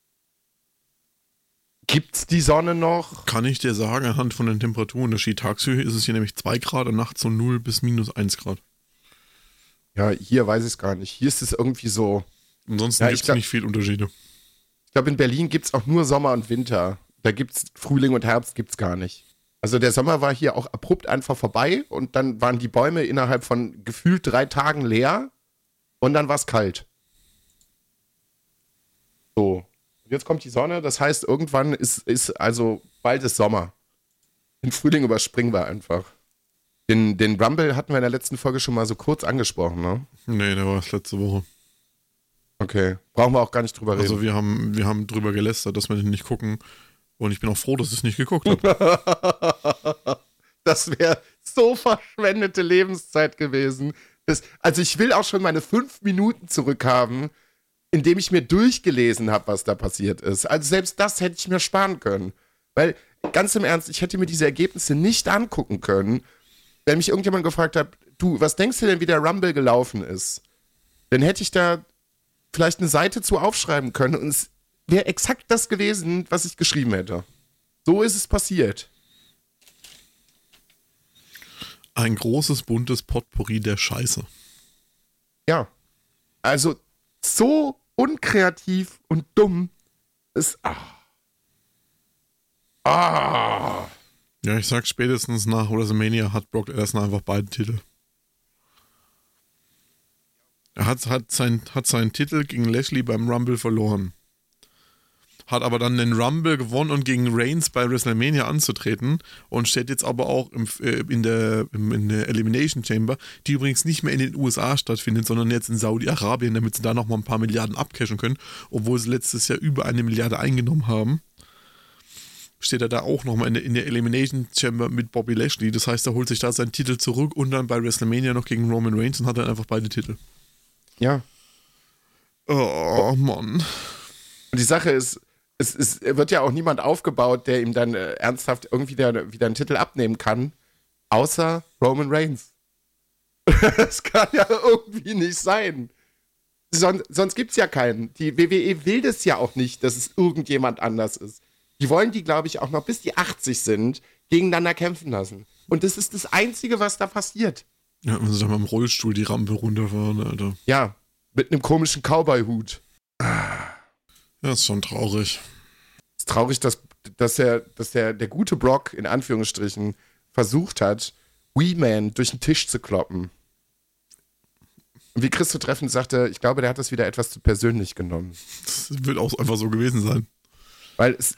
gibt's die Sonne noch? Kann ich dir sagen, anhand von den Temperaturunterschied. Tagsüber ist es hier nämlich 2 Grad und nachts so 0 bis minus 1 Grad. Ja, hier weiß ich es gar nicht. Hier ist es irgendwie so. Ansonsten gibt es nicht viel Unterschiede. Ich glaube, in Berlin gibt es auch nur Sommer und Winter. Da gibt es Frühling und Herbst gibt's gar nicht. Also der Sommer war hier auch abrupt einfach vorbei und dann waren die Bäume innerhalb von gefühlt 3 Tagen leer und dann war es kalt. So. Jetzt kommt die Sonne, das heißt, irgendwann ist also bald ist Sommer. Den Frühling überspringen wir einfach. Den Rumble hatten wir in der letzten Folge schon mal so kurz angesprochen, ne? Nee, der war erst letzte Woche. Okay, brauchen wir auch gar nicht drüber reden. Also wir haben drüber gelästert, dass wir den nicht gucken. Und ich bin auch froh, dass ich es nicht geguckt habe. Das wäre so verschwendete Lebenszeit gewesen. Also ich will auch schon meine 5 Minuten zurückhaben, indem ich mir durchgelesen habe, was da passiert ist. Also selbst das hätte ich mir sparen können. Weil, ganz im Ernst, ich hätte mir diese Ergebnisse nicht angucken können, wenn mich irgendjemand gefragt hat, du, was denkst du denn, wie der Rumble gelaufen ist? Dann hätte ich da vielleicht eine Seite zu aufschreiben können und es wäre exakt das gewesen, was ich geschrieben hätte. So ist es passiert. Ein großes, buntes Potpourri der Scheiße. Ja. Also, so unkreativ und dumm ist. Ja, ich sag spätestens nach WrestleMania hat Brock Lesnar einfach beide Titel. Er hat seinen Titel gegen Lashley beim Rumble verloren. Hat aber dann den Rumble gewonnen und gegen Reigns bei WrestleMania anzutreten und steht jetzt aber auch in der Elimination Chamber, die übrigens nicht mehr in den USA stattfindet, sondern jetzt in Saudi-Arabien, damit sie da nochmal ein paar Milliarden abcashen können, obwohl sie letztes Jahr über 1 Milliarde eingenommen haben. Steht er da auch nochmal in der Elimination Chamber mit Bobby Lashley. Das heißt, er holt sich da seinen Titel zurück und dann bei WrestleMania noch gegen Roman Reigns und hat dann einfach beide Titel. Ja. Oh, Mann. Und die Sache ist, es wird ja auch niemand aufgebaut, der ihm dann ernsthaft irgendwie wieder einen Titel abnehmen kann, außer Roman Reigns. Das kann ja irgendwie nicht sein. Sonst gibt es ja keinen. Die WWE will das ja auch nicht, dass es irgendjemand anders ist. Die wollen die, glaube ich, auch noch bis die 80 sind, gegeneinander kämpfen lassen. Und das ist das Einzige, was da passiert. Ja, wenn sie dann mal im Rollstuhl die Rampe runterfahren, Alter. Ja, mit einem komischen Cowboy-Hut. Ja, ist schon traurig. Es ist traurig, dass der gute Brock, in Anführungsstrichen, versucht hat, Wee-Man durch den Tisch zu kloppen. Und wie Christo treffend sagte, ich glaube, der hat das wieder etwas zu persönlich genommen. Das wird auch einfach so gewesen sein. Weil es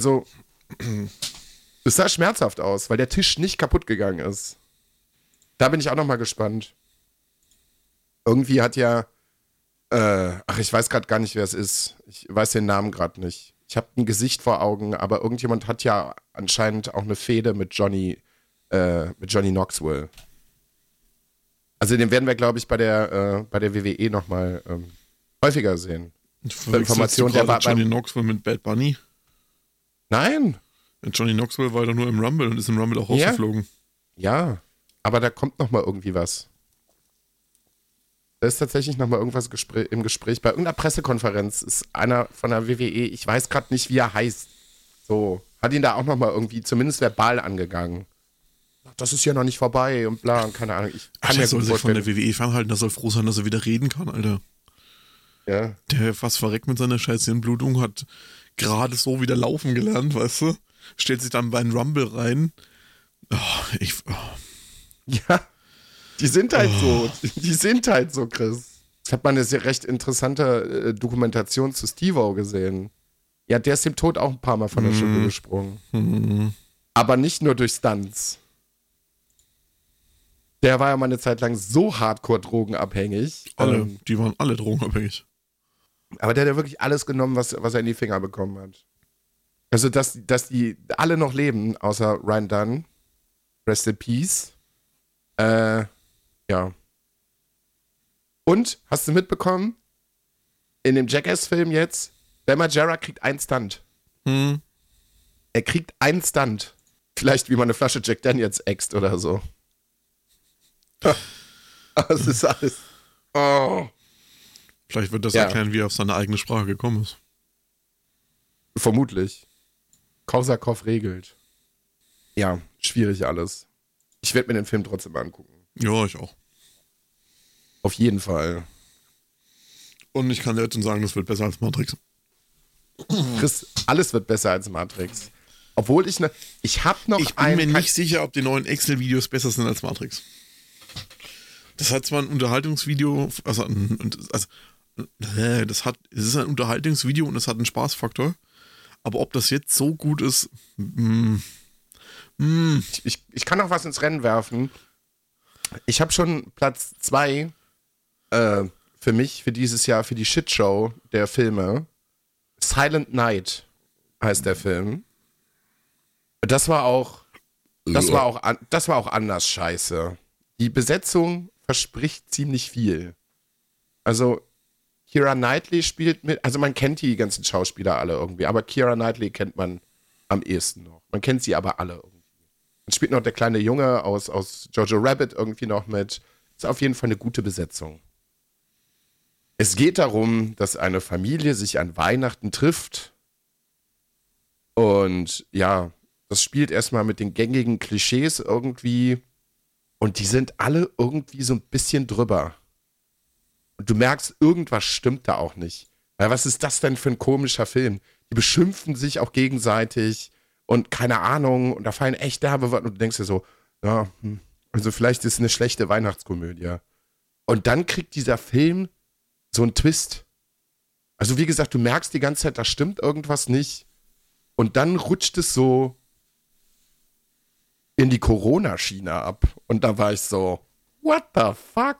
sah schmerzhaft aus, weil der Tisch nicht kaputt gegangen ist. Da bin ich auch nochmal gespannt. Irgendwie hat ja, ich weiß gerade gar nicht, wer es ist. Ich weiß den Namen gerade nicht. Ich habe ein Gesicht vor Augen, aber irgendjemand hat ja anscheinend auch eine Fehde mit Johnny Knoxville. Also den werden wir, glaube ich, bei der WWE nochmal häufiger sehen. Information, der war Johnny Knoxville mit Bad Bunny? Nein. Johnny Knoxville war doch nur im Rumble und ist im Rumble auch rausgeflogen. Ja, aber da kommt nochmal irgendwie was. Da ist tatsächlich nochmal irgendwas im Gespräch. Bei irgendeiner Pressekonferenz ist einer von der WWE, ich weiß gerade nicht, wie er heißt, so, hat ihn da auch nochmal irgendwie zumindest verbal angegangen. Das ist ja noch nicht vorbei und bla und keine Ahnung. Der soll sich von der WWE fernhalten, der soll froh sein, dass er wieder reden kann, Alter. Ja. Der fast verreckt mit seiner scheiß Hirnblutung, hat gerade so wieder laufen gelernt, weißt du? Stellt sich dann bei einem Rumble rein. Ja, die sind halt so. Die sind halt so, Chris. Ich habe mal eine sehr recht interessante Dokumentation zu Steve-O gesehen. Ja, der ist dem Tod auch ein paar Mal von der Schippe gesprungen. Aber nicht nur durch Stunts. Der war ja mal eine Zeit lang so hardcore drogenabhängig. Die waren alle drogenabhängig. Aber der hat ja wirklich alles genommen, was er in die Finger bekommen hat. Also, dass die alle noch leben, außer Ryan Dunn. Rest in Peace. Ja. Und, hast du mitbekommen? In dem Jackass-Film jetzt, Bam Margera kriegt einen Stunt. Er kriegt einen Stunt. Vielleicht wie man eine Flasche Jack Daniels äxt oder so. Aber es ist alles. Oh. Vielleicht wird das erklären, wie er auf seine eigene Sprache gekommen ist. Vermutlich. Korsakow regelt. Ja, schwierig alles. Ich werde mir den Film trotzdem angucken. Ja, ich auch. Auf jeden Fall. Und ich kann dir jetzt schon sagen, das wird besser als Matrix. Chris, alles wird besser als Matrix. Obwohl ich bin mir nicht sicher, ob die neuen Excel-Videos besser sind als Matrix. Das hat zwar ein Unterhaltungsvideo, also ein es ist ein Unterhaltungsvideo und es hat einen Spaßfaktor. Aber ob das jetzt so gut ist, Ich kann noch was ins Rennen werfen. Ich habe schon Platz 2 für mich, für dieses Jahr, für die Shitshow der Filme. Silent Night heißt der Film. Das war auch anders scheiße. Die Besetzung verspricht ziemlich viel. Also Keira Knightley spielt mit, also man kennt die ganzen Schauspieler alle irgendwie, aber Keira Knightley kennt man am ehesten noch. Man kennt sie aber alle irgendwie. Dann spielt noch der kleine Junge aus Jojo Rabbit irgendwie noch mit. Ist auf jeden Fall eine gute Besetzung. Es geht darum, dass eine Familie sich an Weihnachten trifft. Und ja, das spielt erstmal mit den gängigen Klischees irgendwie. Und die sind alle irgendwie so ein bisschen drüber. Und du merkst, irgendwas stimmt da auch nicht. Weil was ist das denn für ein komischer Film? Die beschimpfen sich auch gegenseitig und keine Ahnung. Und da fallen echt derbe Worte. Und du denkst dir so, ja, also vielleicht ist es eine schlechte Weihnachtskomödie. Und dann kriegt dieser Film so einen Twist. Also wie gesagt, du merkst die ganze Zeit, da stimmt irgendwas nicht. Und dann rutscht es so in die Corona-Schiene ab. Und da war ich so, what the fuck?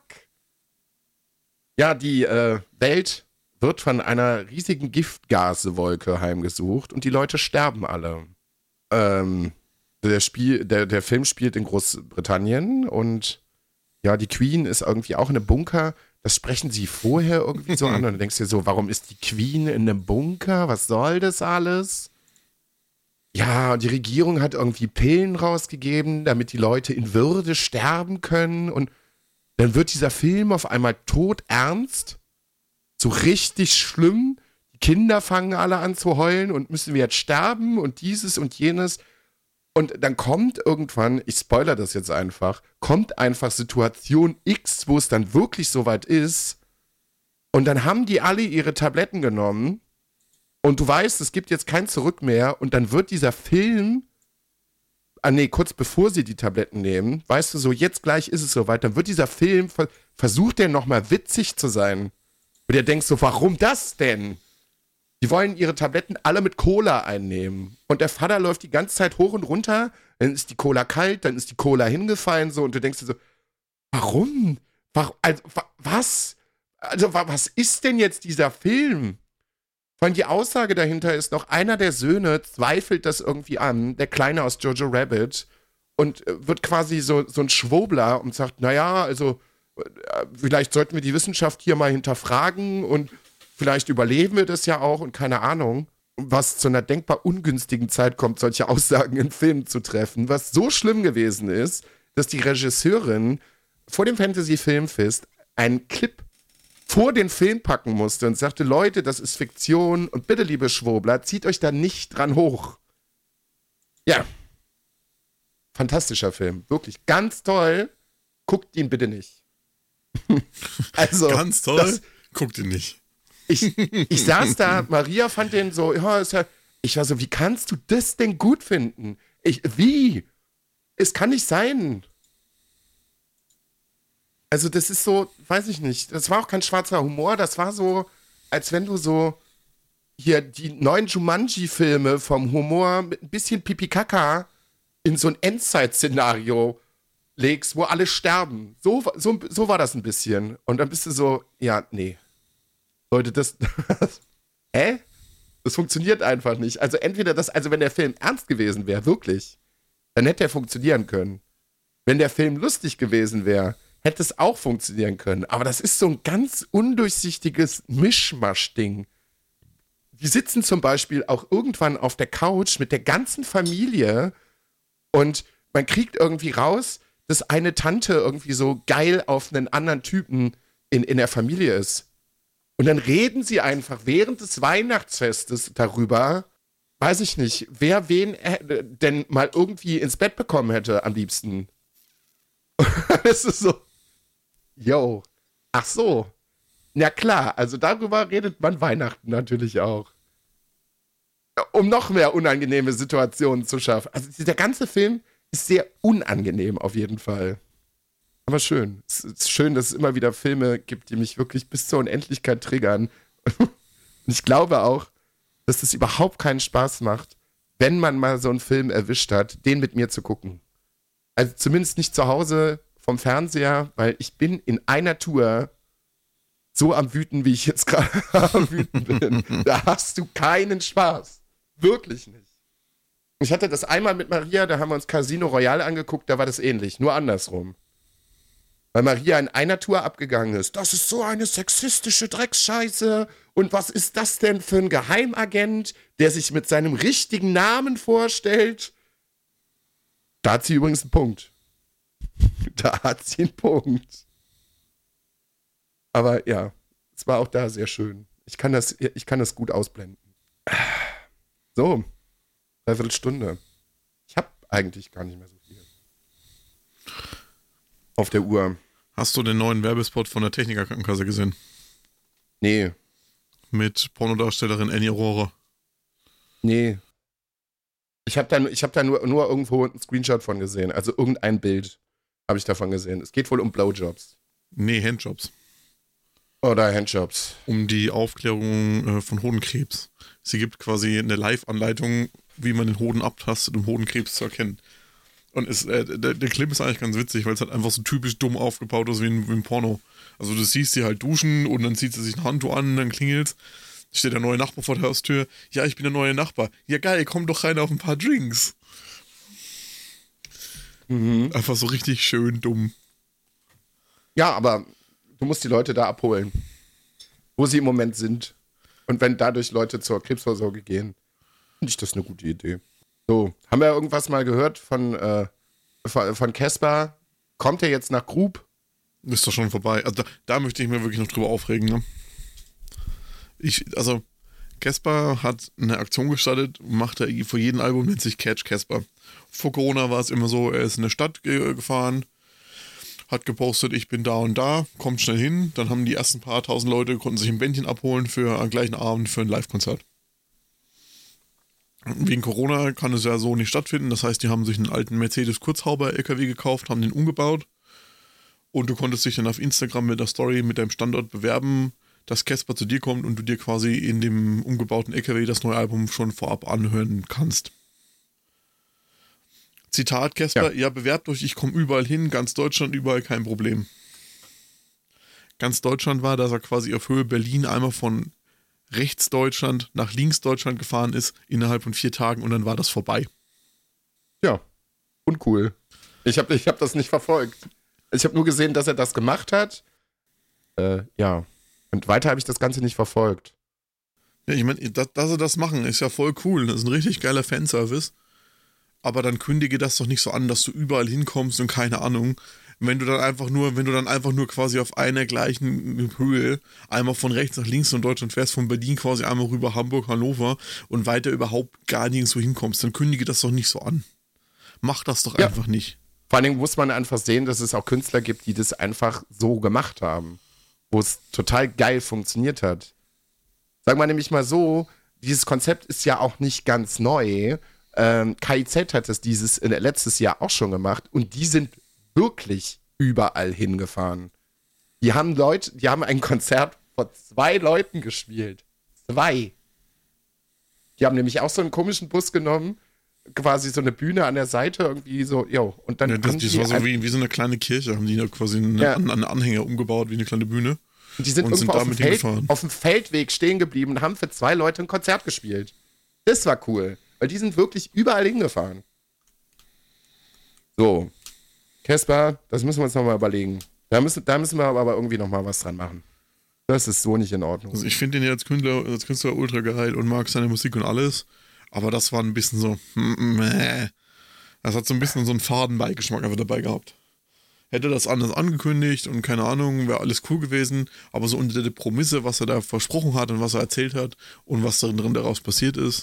Ja, die Welt wird von einer riesigen Giftgaswolke heimgesucht und die Leute sterben alle. Der Film spielt in Großbritannien und ja, die Queen ist irgendwie auch in einem Bunker. Das sprechen sie vorher irgendwie so an und du denkst dir so, warum ist die Queen in einem Bunker? Was soll das alles? Ja, die Regierung hat irgendwie Pillen rausgegeben, damit die Leute in Würde sterben können und dann wird dieser Film auf einmal todernst, so richtig schlimm. Die Kinder fangen alle an zu heulen und müssen wir jetzt sterben und dieses und jenes. Und dann kommt irgendwann, ich spoilere das jetzt einfach, kommt einfach Situation X, wo es dann wirklich soweit ist. Und dann haben die alle ihre Tabletten genommen. Und du weißt, es gibt jetzt kein Zurück mehr. Und dann wird dieser Film, kurz bevor sie die Tabletten nehmen, weißt du, so jetzt gleich ist es soweit, dann wird dieser Film, versucht der nochmal witzig zu sein. Und der denkst so, warum das denn? Die wollen ihre Tabletten alle mit Cola einnehmen. Und der Vater läuft die ganze Zeit hoch und runter, dann ist die Cola kalt, dann ist die Cola hingefallen so und du denkst dir so, warum? Also, was? Also, was ist denn jetzt dieser Film? Vor allem die Aussage dahinter ist noch, einer der Söhne zweifelt das irgendwie an, der Kleine aus Jojo Rabbit, und wird quasi so ein Schwurbler und sagt, naja, also vielleicht sollten wir die Wissenschaft hier mal hinterfragen und vielleicht überleben wir das ja auch und keine Ahnung, was zu einer denkbar ungünstigen Zeit kommt, solche Aussagen in Filmen zu treffen, was so schlimm gewesen ist, dass die Regisseurin vor dem Fantasy-Filmfest einen Clip vor den Film packen musste und sagte, Leute, das ist Fiktion und bitte, liebe Schwurbler, zieht euch da nicht dran hoch. Ja. Fantastischer Film. Wirklich ganz toll. Guckt ihn bitte nicht. Also, ganz toll. Guckt ihn nicht. Ich saß da, Maria fand den so, ja, ist ja, ich war so, wie kannst du das denn gut finden? Wie? Es kann nicht sein. Also das ist so, weiß ich nicht, das war auch kein schwarzer Humor, das war so, als wenn du so hier die neuen Jumanji-Filme vom Humor mit ein bisschen Pipi-Kaka in so ein Endzeit-Szenario legst, wo alle sterben. So war das ein bisschen. Und dann bist du so, ja, nee. Leute, das hä? Das funktioniert einfach nicht. Also entweder also wenn der Film ernst gewesen wäre, wirklich, dann hätte er funktionieren können. Wenn der Film lustig gewesen wäre, hätte es auch funktionieren können. Aber das ist so ein ganz undurchsichtiges Mischmasch-Ding. Die sitzen zum Beispiel auch irgendwann auf der Couch mit der ganzen Familie und man kriegt irgendwie raus, dass eine Tante irgendwie so geil auf einen anderen Typen in der Familie ist. Und dann reden sie einfach während des Weihnachtsfestes darüber, weiß ich nicht, wer wen denn mal irgendwie ins Bett bekommen hätte am liebsten. Es ist so, yo, ach so. Na klar, also darüber redet man Weihnachten natürlich auch. Um noch mehr unangenehme Situationen zu schaffen. Also der ganze Film ist sehr unangenehm auf jeden Fall. Aber schön. Es ist schön, dass es immer wieder Filme gibt, die mich wirklich bis zur Unendlichkeit triggern. Und ich glaube auch, dass es überhaupt keinen Spaß macht, wenn man mal so einen Film erwischt hat, den mit mir zu gucken. Also zumindest nicht zu Hause vom Fernseher, weil ich bin in einer Tour so am Wüten, wie ich jetzt gerade am Wüten bin. Da hast du keinen Spaß. Wirklich nicht. Ich hatte das einmal mit Maria, da haben wir uns Casino Royale angeguckt, da war das ähnlich, nur andersrum. Weil Maria in einer Tour abgegangen ist. Das ist so eine sexistische Drecksscheiße. Und was ist das denn für ein Geheimagent, der sich mit seinem richtigen Namen vorstellt? Da hat sie übrigens einen Punkt. Da hat sie einen Punkt. Aber ja, es war auch da sehr schön. Ich kann das gut ausblenden. So, dreiviertel Stunde. Ich habe eigentlich gar nicht mehr so viel auf der Uhr. Hast du den neuen Werbespot von der Techniker-Krankenkasse gesehen? Nee. Mit Pornodarstellerin Annie Aurora. Nee. Ich hab da nur irgendwo einen Screenshot von gesehen. Also irgendein Bild habe ich davon gesehen. Es geht wohl um Blowjobs. Nee, Handjobs. Oder Handjobs. Um die Aufklärung von Hodenkrebs. Sie gibt quasi eine Live-Anleitung, wie man den Hoden abtastet, um Hodenkrebs zu erkennen. Und der Clip ist eigentlich ganz witzig, weil es halt einfach so typisch dumm aufgebaut ist wie ein Porno. Also du siehst sie halt duschen und dann zieht sie sich ein Handtuch an, dann klingelt's. Steht der neue Nachbar vor der Haustür. Ja, ich bin der neue Nachbar. Ja geil, komm doch rein auf ein paar Drinks. Mhm. Einfach so richtig schön dumm. Ja, aber du musst die Leute da abholen, wo sie im Moment sind. Und wenn dadurch Leute zur Krebsvorsorge gehen, finde ich das eine gute Idee. So, haben wir irgendwas mal gehört von Caspar? Kommt er jetzt nach Grub? Ist doch schon vorbei. Also da möchte ich mir wirklich noch drüber aufregen. Ne? Caspar hat eine Aktion gestartet, macht er vor jedem Album, nennt sich Catch Caspar. Vor Corona war es immer so, er ist in eine Stadt gefahren, hat gepostet, ich bin da und da, kommt schnell hin. Dann haben die ersten paar tausend Leute, konnten sich ein Bändchen abholen für am gleichen Abend für ein Live-Konzert. Wegen Corona kann es ja so nicht stattfinden. Das heißt, die haben sich einen alten Mercedes-Kurzhauber-LKW gekauft, haben den umgebaut. Und du konntest dich dann auf Instagram mit der Story, mit deinem Standort bewerben, dass Caspar zu dir kommt und du dir quasi in dem umgebauten LKW das neue Album schon vorab anhören kannst. Zitat Caspar, ja, bewerbt euch, ich komme überall hin, ganz Deutschland, überall kein Problem. Ganz Deutschland war, dass er quasi auf Höhe Berlin einmal von rechts Deutschland nach links Deutschland gefahren ist, innerhalb von 4 Tagen und dann war das vorbei. Ja, uncool. Ich hab das nicht verfolgt. Ich habe nur gesehen, dass er das gemacht hat. Ja. Und weiter habe ich das Ganze nicht verfolgt. Ja, ich meine, dass sie das machen, ist ja voll cool. Das ist ein richtig geiler Fanservice. Aber dann kündige das doch nicht so an, dass du überall hinkommst und keine Ahnung. Wenn du dann einfach nur quasi auf einer gleichen Höhe einmal von rechts nach links in Deutschland fährst, von Berlin quasi einmal rüber Hamburg, Hannover und weiter überhaupt gar nirgendwo hinkommst, dann kündige das doch nicht so an. Mach das doch einfach nicht. Vor allen Dingen muss man einfach sehen, dass es auch Künstler gibt, die das einfach so gemacht haben, wo es total geil funktioniert hat. Sagen wir nämlich mal so, dieses Konzept ist ja auch nicht ganz neu. KIZ hat es letztes Jahr auch schon gemacht und die sind wirklich überall hingefahren. Die haben ein Konzert vor 2 Leuten gespielt. 2. Die haben nämlich auch so einen komischen Bus genommen, quasi so eine Bühne an der Seite irgendwie so, und dann das war so wie so eine kleine Kirche, haben die da quasi einen Anhänger umgebaut, wie eine kleine Bühne. Und die sind irgendwo auf dem Feldweg stehen geblieben und haben für 2 Leute ein Konzert gespielt. Das war cool, weil die sind wirklich überall hingefahren. So, Caspar, das müssen wir uns nochmal überlegen. Da müssen wir aber irgendwie nochmal was dran machen. Das ist so nicht in Ordnung. Also ich finde ihn ja als Künstler ultra geil und mag seine Musik und alles, aber das war ein bisschen so, das hat so ein bisschen so einen Fadenbeigeschmack einfach dabei gehabt. Hätte das anders angekündigt und keine Ahnung, wäre alles cool gewesen, aber so unter der Prämisse, was er da versprochen hat und was er erzählt hat und was drin daraus passiert ist.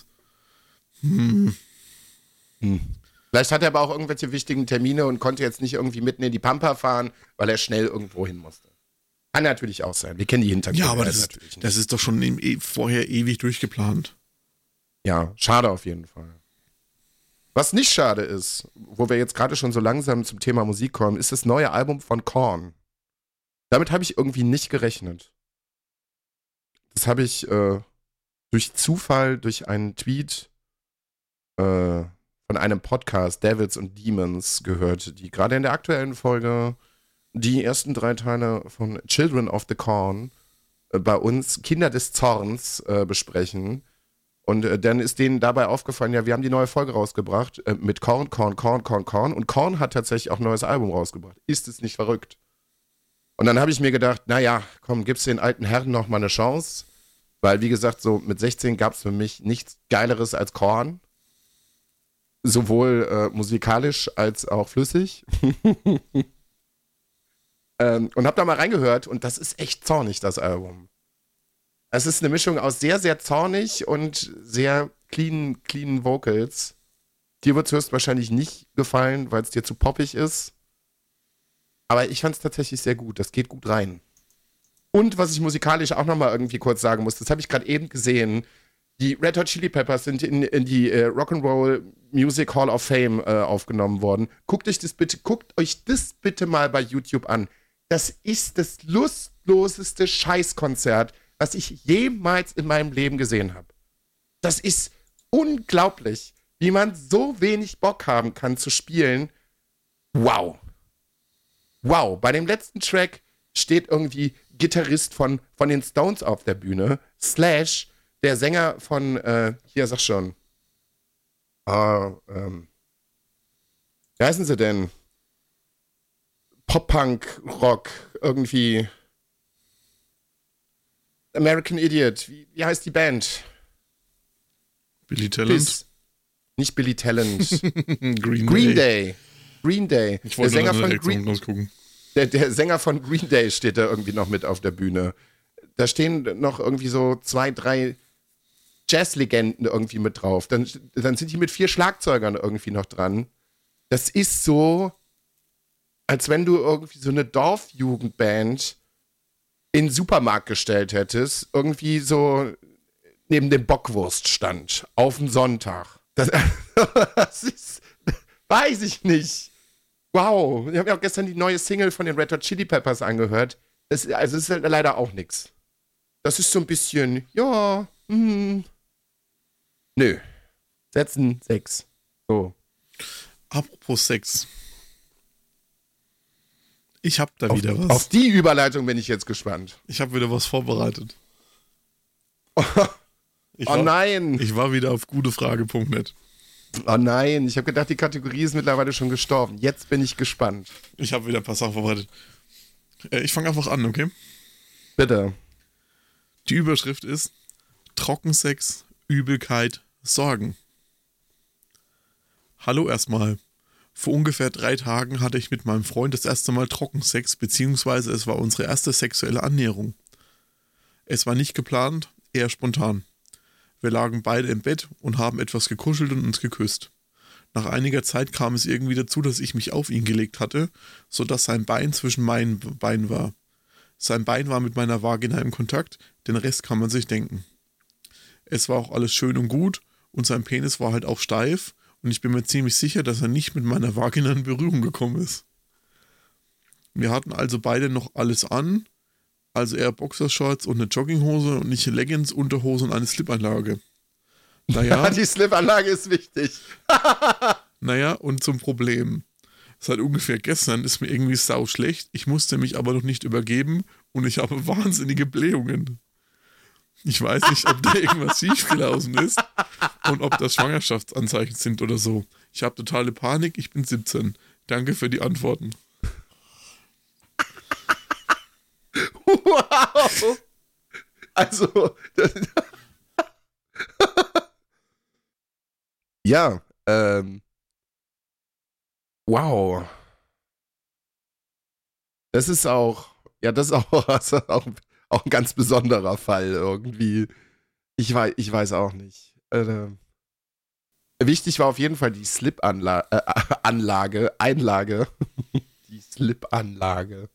Vielleicht hat er aber auch irgendwelche wichtigen Termine und konnte jetzt nicht irgendwie mitten in die Pampa fahren, weil er schnell irgendwo hin musste. Kann natürlich auch sein. Wir kennen die Hintergründe. Ja, aber das ist doch schon vorher ewig durchgeplant. Ja, schade auf jeden Fall. Was nicht schade ist, wo wir jetzt gerade schon so langsam zum Thema Musik kommen, ist das neue Album von Korn. Damit habe ich irgendwie nicht gerechnet. Das habe ich durch Zufall, durch einen Tweet von einem Podcast, Devils and Demons, gehört, die gerade in der aktuellen Folge die ersten 3 Teile von Children of the Corn bei uns Kinder des Zorns besprechen. Und dann ist denen dabei aufgefallen, ja, wir haben die neue Folge rausgebracht mit Korn. Und Korn hat tatsächlich auch ein neues Album rausgebracht. Ist es nicht verrückt? Und dann habe ich mir gedacht, naja, komm, gib's den alten Herren noch mal eine Chance. Weil, wie gesagt, so mit 16 gab es für mich nichts Geileres als Korn. Sowohl musikalisch als auch flüssig. Und hab da mal reingehört und das ist echt zornig, das Album. Es ist eine Mischung aus sehr, sehr zornig und sehr clean Vocals. Dir wird es höchstwahrscheinlich nicht gefallen, weil es dir zu poppig ist. Aber ich fand es tatsächlich sehr gut. Das geht gut rein. Und was ich musikalisch auch nochmal irgendwie kurz sagen muss, das habe ich gerade eben gesehen. Die Red Hot Chili Peppers sind in die Rock'n'Roll Music Hall of Fame aufgenommen worden. Guckt euch das bitte mal bei YouTube an. Das ist das lustloseste Scheißkonzert, was ich jemals in meinem Leben gesehen habe. Das ist unglaublich, wie man so wenig Bock haben kann zu spielen. Wow. Wow, bei dem letzten Track steht irgendwie Gitarrist von den Stones auf der Bühne, Slash, der Sänger von, hier sag schon, wie heißen sie denn? Pop-Punk, Rock, irgendwie American Idiot, wie heißt die Band? Billy Talent? Nicht Billy Talent. Green Day. Green Day. Ich wollte der Sänger von gucken. Der Sänger von Green Day steht da irgendwie noch mit auf der Bühne. Da stehen noch irgendwie so 2, 3 Jazzlegenden irgendwie mit drauf. Dann sind die mit 4 Schlagzeugern irgendwie noch dran. Das ist so, als wenn du irgendwie so eine Dorfjugendband in den Supermarkt gestellt hättest, irgendwie so neben dem Bockwurststand auf dem Sonntag. Das ist, weiß ich nicht. Wow, ich habe ja auch gestern die neue Single von den Red Hot Chili Peppers angehört. Das ist halt leider auch nix. Das ist so ein bisschen, ja, nö. Setzen 6. So. Apropos Sex. Ich hab da wieder was. Auf die Überleitung bin ich jetzt gespannt. Ich habe wieder was vorbereitet. Nein. Ich war wieder auf gutefrage.net. Oh nein, ich habe gedacht, die Kategorie ist mittlerweile schon gestorben. Jetzt bin ich gespannt. Ich habe wieder ein paar Sachen vorbereitet. Ich fange einfach an, okay? Bitte. Die Überschrift ist Trockensex, Übelkeit, Sorgen. Hallo erstmal. Vor ungefähr 3 Tagen hatte ich mit meinem Freund das erste Mal Trockensex, beziehungsweise es war unsere erste sexuelle Annäherung. Es war nicht geplant, eher spontan. Wir lagen beide im Bett und haben etwas gekuschelt und uns geküsst. Nach einiger Zeit kam es irgendwie dazu, dass ich mich auf ihn gelegt hatte, sodass sein Bein zwischen meinen Beinen war. Sein Bein war mit meiner Vagina im Kontakt, den Rest kann man sich denken. Es war auch alles schön und gut und sein Penis war halt auch steif und ich bin mir ziemlich sicher, dass er nicht mit meiner Vagina in Berührung gekommen ist. Wir hatten also beide noch alles an, also er Boxershorts und eine Jogginghose und ich Leggings, Unterhose und eine Slipanlage. Naja, die Slipanlage ist wichtig. Naja, und zum Problem. Seit ungefähr gestern ist mir irgendwie sau schlecht, ich musste mich aber noch nicht übergeben und ich habe wahnsinnige Blähungen. Ich weiß nicht, ob da irgendwas schiefgelaufen ist und ob das Schwangerschaftsanzeichen sind oder so. Ich habe totale Panik, ich bin 17. Danke für die Antworten. Wow! Also, ja, wow. Das ist auch auch ein ganz besonderer Fall irgendwie. Ich weiß auch nicht. Wichtig war auf jeden Fall die Einlage. Die Slip-Anlage.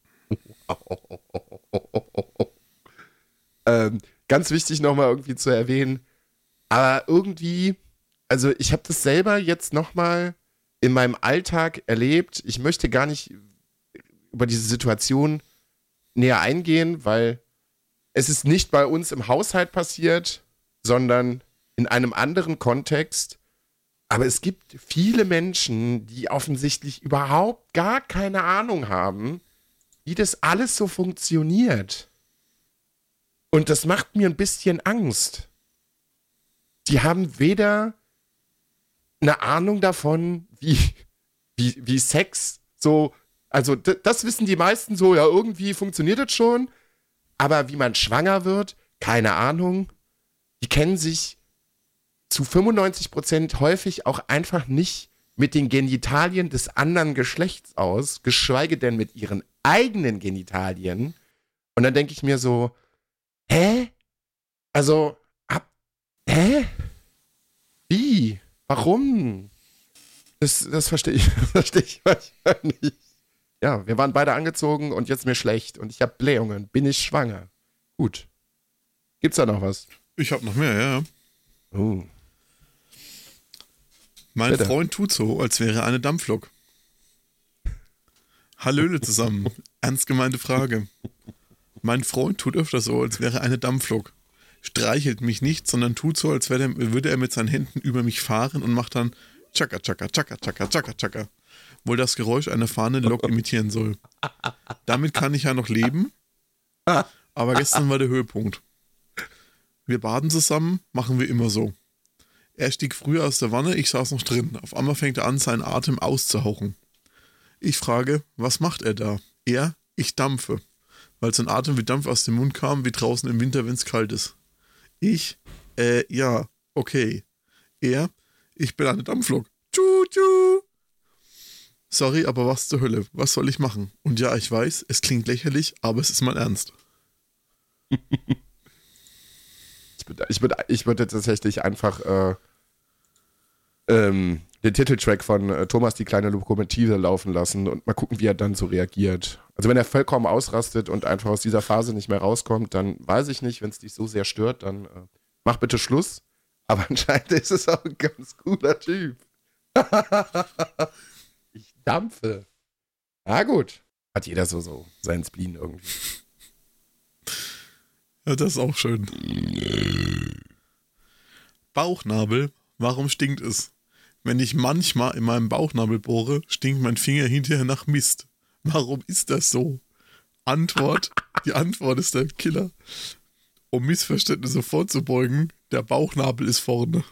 Ganz wichtig nochmal irgendwie zu erwähnen, aber irgendwie, Also ich habe das selber jetzt nochmal in meinem Alltag erlebt. Ich möchte gar nicht über diese Situation näher eingehen, weil es ist nicht bei uns im Haushalt passiert, sondern in einem anderen Kontext. Aber es gibt viele Menschen, die offensichtlich überhaupt gar keine Ahnung haben, wie das alles so funktioniert. Und das macht mir ein bisschen Angst. Die haben weder eine Ahnung davon, wie Sex so, also das wissen die meisten so, ja, irgendwie funktioniert das schon, aber wie man schwanger wird, keine Ahnung. Die kennen sich zu 95% häufig auch einfach nicht mit den Genitalien des anderen Geschlechts aus, geschweige denn mit ihren eigenen Genitalien. Und dann denke ich mir so, hä? Also, hä? Wie? Warum? Das verstehe ich, manchmal nicht. Ja, wir waren beide angezogen und jetzt mir schlecht und ich habe Blähungen. Bin ich schwanger? Gut. Gibt's da noch was? Ich habe noch mehr, ja. Oh. Mein Freund tut so, als wäre er eine Dampflok. Hallöle zusammen. Ernst gemeinte Frage. Mein Freund tut öfter so, als wäre er eine Dampflok. Streichelt mich nicht, sondern tut so, als würde er mit seinen Händen über mich fahren und macht dann Chaka, Chaka, Chaka, Chaka, Chaka, Chaka. Wohl das Geräusch einer fahrenden Lok imitieren soll. Damit kann ich ja noch leben, aber gestern war der Höhepunkt. Wir baden zusammen, machen wir immer so. Er stieg früher aus der Wanne, ich saß noch drin. Auf einmal fängt er an, seinen Atem auszuhauchen. Ich frage, was macht er da? Er, ich dampfe. Weil sein Atem wie Dampf aus dem Mund kam, wie draußen im Winter, wenn es kalt ist. Ich, ja, okay. Er, ich bin eine Dampflok. Tschu. Sorry, aber was zur Hölle? Was soll ich machen? Und ja, ich weiß, es klingt lächerlich, aber es ist mein Ernst. Ich würde tatsächlich einfach den Titeltrack von Thomas die kleine Lokomotive laufen lassen und mal gucken, wie er dann so reagiert. Also wenn er vollkommen ausrastet und einfach aus dieser Phase nicht mehr rauskommt, dann weiß ich nicht, wenn es dich so sehr stört, dann mach bitte Schluss. Aber anscheinend ist es auch ein ganz cooler Typ. Ich dampfe. Na gut. Hat jeder so seinen Spleen irgendwie. Ja, das ist auch schön. Bauchnabel, warum stinkt es? Wenn ich manchmal in meinem Bauchnabel bohre, stinkt mein Finger hinterher nach Mist. Warum ist das so? Die Antwort ist der Killer. Um Missverständnisse vorzubeugen, der Bauchnabel ist vorne.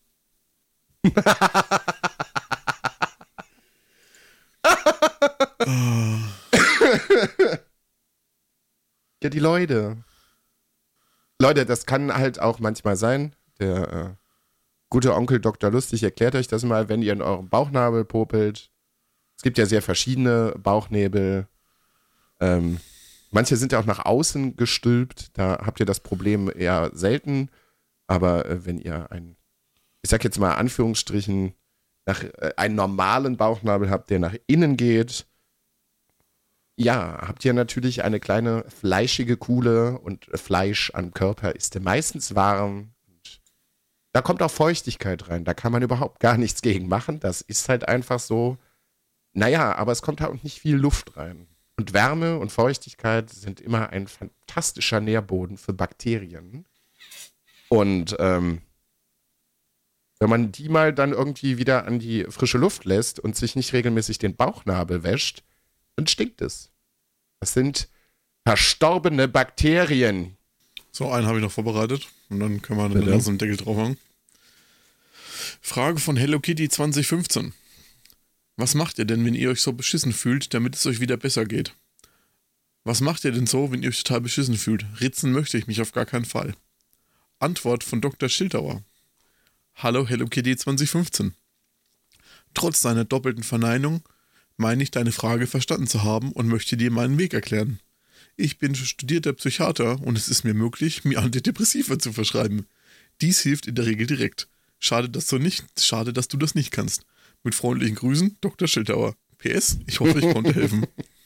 Ja, die Leute. Leute, das kann halt auch manchmal sein. Der gute Onkel Dr. Lustig erklärt euch das mal, wenn ihr in eurem Bauchnabel popelt. Es gibt ja sehr verschiedene Bauchnäbel. Manche sind ja auch nach außen gestülpt. Da habt ihr das Problem eher selten. Aber wenn ihr ich sag jetzt mal Anführungsstrichen, einen normalen Bauchnabel habt, der nach innen geht, ja, habt ihr natürlich eine kleine fleischige Kuhle und Fleisch am Körper ist meistens warm. Und da kommt auch Feuchtigkeit rein. Da kann man überhaupt gar nichts gegen machen. Das ist halt einfach so. Naja, aber es kommt halt auch nicht viel Luft rein. Und Wärme und Feuchtigkeit sind immer ein fantastischer Nährboden für Bakterien. Und wenn man die mal dann irgendwie wieder an die frische Luft lässt und sich nicht regelmäßig den Bauchnabel wäscht, dann stinkt es. Das sind verstorbene Bakterien. So, einen habe ich noch vorbereitet und dann können wir einen langsam Deckel drauf machen. Frage von Hello Kitty 2015. Was macht ihr denn, wenn ihr euch so beschissen fühlt, damit es euch wieder besser geht? Was macht ihr denn so, wenn ihr euch total beschissen fühlt? Ritzen möchte ich mich auf gar keinen Fall. Antwort von Dr. Schildauer. Hallo Hello Kitty 2015. Trotz deiner doppelten Verneinung meine ich, deine Frage verstanden zu haben und möchte dir meinen Weg erklären. Ich bin studierter Psychiater und es ist mir möglich, mir Antidepressiva zu verschreiben. Dies hilft in der Regel direkt. Schade, dass du das nicht kannst. Mit freundlichen Grüßen, Dr. Schildauer. PS, ich hoffe, ich konnte helfen.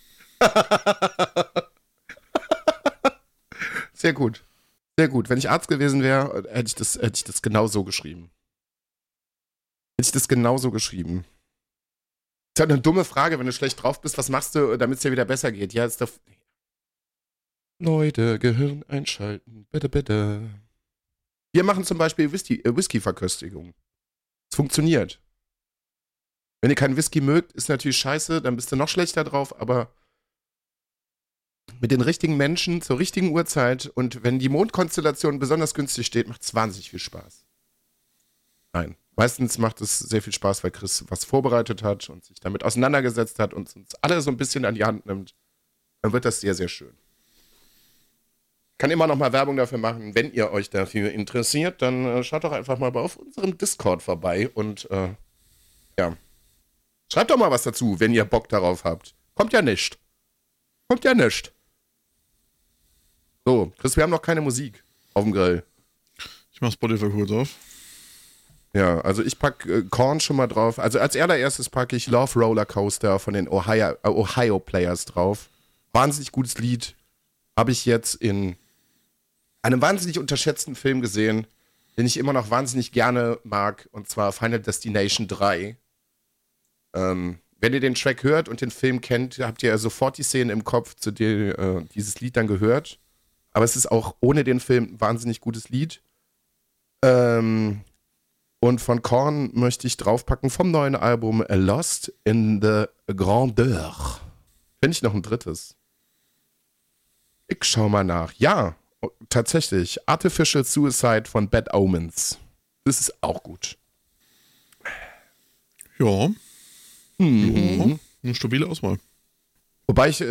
Sehr gut. Sehr gut. Wenn ich Arzt gewesen wäre, hätte ich das genau so geschrieben. Hätte ich das genauso geschrieben. Ist halt eine dumme Frage, wenn du schlecht drauf bist, was machst du, damit es dir wieder besser geht? Ja, ist doch. Leute, Gehirn einschalten, bitte, bitte. Wir machen zum Beispiel Whisky-Verköstigung. Es funktioniert. Wenn ihr keinen Whisky mögt, ist natürlich scheiße, dann bist du noch schlechter drauf, aber mit den richtigen Menschen zur richtigen Uhrzeit und wenn die Mondkonstellation besonders günstig steht, macht es wahnsinnig viel Spaß. Nein. Meistens macht es sehr viel Spaß, weil Chris was vorbereitet hat und sich damit auseinandergesetzt hat und uns alle so ein bisschen an die Hand nimmt. Dann wird das sehr, sehr schön. Kann immer noch mal Werbung dafür machen. Wenn ihr euch dafür interessiert, dann schaut doch einfach mal auf unserem Discord vorbei und ja. Schreibt doch mal was dazu, wenn ihr Bock darauf habt. Kommt ja nicht. Kommt ja nicht. So, Chris, wir haben noch keine Musik auf dem Grill. Ich mach Spotify kurz auf. Ja, also ich pack Korn schon mal drauf. Also als allererstes packe ich Love Roller Coaster von den Ohio Players drauf. Wahnsinnig gutes Lied. Habe ich jetzt in einem wahnsinnig unterschätzten Film gesehen, den ich immer noch wahnsinnig gerne mag, und zwar Final Destination 3. Wenn ihr den Track hört und den Film kennt, habt ihr sofort die Szene im Kopf, zu der dieses Lied dann gehört. Aber es ist auch ohne den Film ein wahnsinnig gutes Lied. Und von Korn möchte ich draufpacken vom neuen Album Lost in the Grandeur. Finde ich noch ein drittes. Ich schau mal nach. Ja, tatsächlich. Artificial Suicide von Bad Omens. Das ist auch gut. Ja. Ja. Eine stabile Auswahl. Wobei ich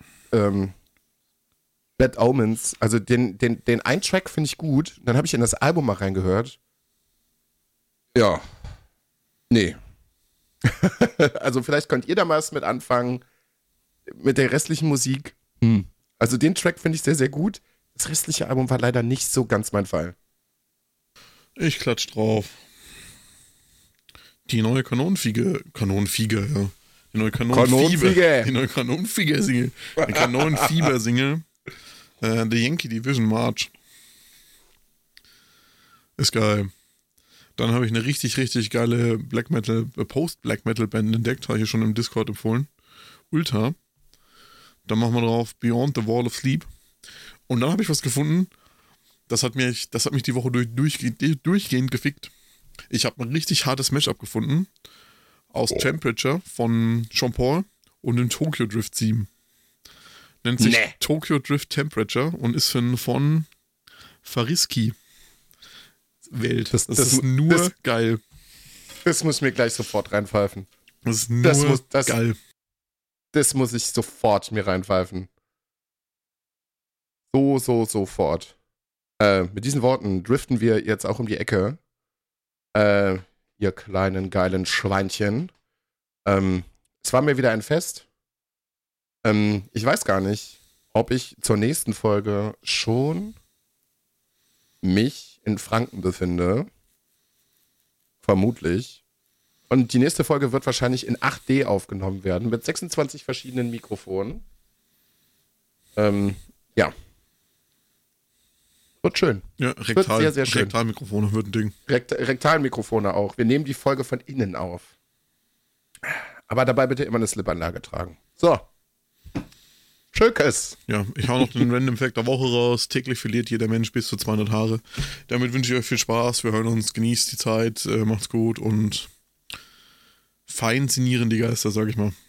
Bad Omens, also den einen Track finde ich gut. Dann habe ich in das Album mal reingehört. Ja. Nee. Also vielleicht könnt ihr da mal was mit anfangen. Mit der restlichen Musik. Also den Track finde ich sehr, sehr gut. Das restliche Album war leider nicht so ganz mein Fall. Ich klatsch drauf. Die neue Kanonenfiege, ja. Die neue Kanonenfieber. Die neue Kanonenfieber-Single. Die Kanonenfieber-Single. The Yankee Division March. Ist geil. Dann habe ich eine richtig, richtig geile Black Metal, Post-Black Metal Band entdeckt, habe ich schon im Discord empfohlen. Ulta. Dann machen wir drauf Beyond the Wall of Sleep. Und dann habe ich was gefunden, das hat mich die Woche durchgehend gefickt. Ich habe ein richtig hartes Matchup gefunden aus Temperature von Sean Paul und dem Tokyo Drift 7. Nennt sich Tokyo Drift Temperature und ist von Fariski. Welt. Das ist nur geil. Das muss mir gleich sofort reinpfeifen. Das ist nur geil. Das muss ich sofort mir reinpfeifen. Sofort. Mit diesen Worten driften wir jetzt auch um die Ecke. Ihr kleinen, geilen Schweinchen. Es war mir wieder ein Fest. Ich weiß gar nicht, ob ich zur nächsten Folge schon mich in Franken befinde. Vermutlich. Und die nächste Folge wird wahrscheinlich in 8D aufgenommen werden, mit 26 verschiedenen Mikrofonen. Ja. Wird schön. Ja, wird sehr, sehr schön. Rektalmikrofone wird ein Ding. Rektalmikrofone auch. Wir nehmen die Folge von innen auf. Aber dabei bitte immer eine Slipanlage tragen. So. Schökes. Ja, ich hau noch den Random Fact der Woche raus. Täglich verliert jeder Mensch bis zu 200 Haare. Damit wünsche ich euch viel Spaß. Wir hören uns. Genießt die Zeit. Macht's gut und fein sinnieren die Geister, sag ich mal.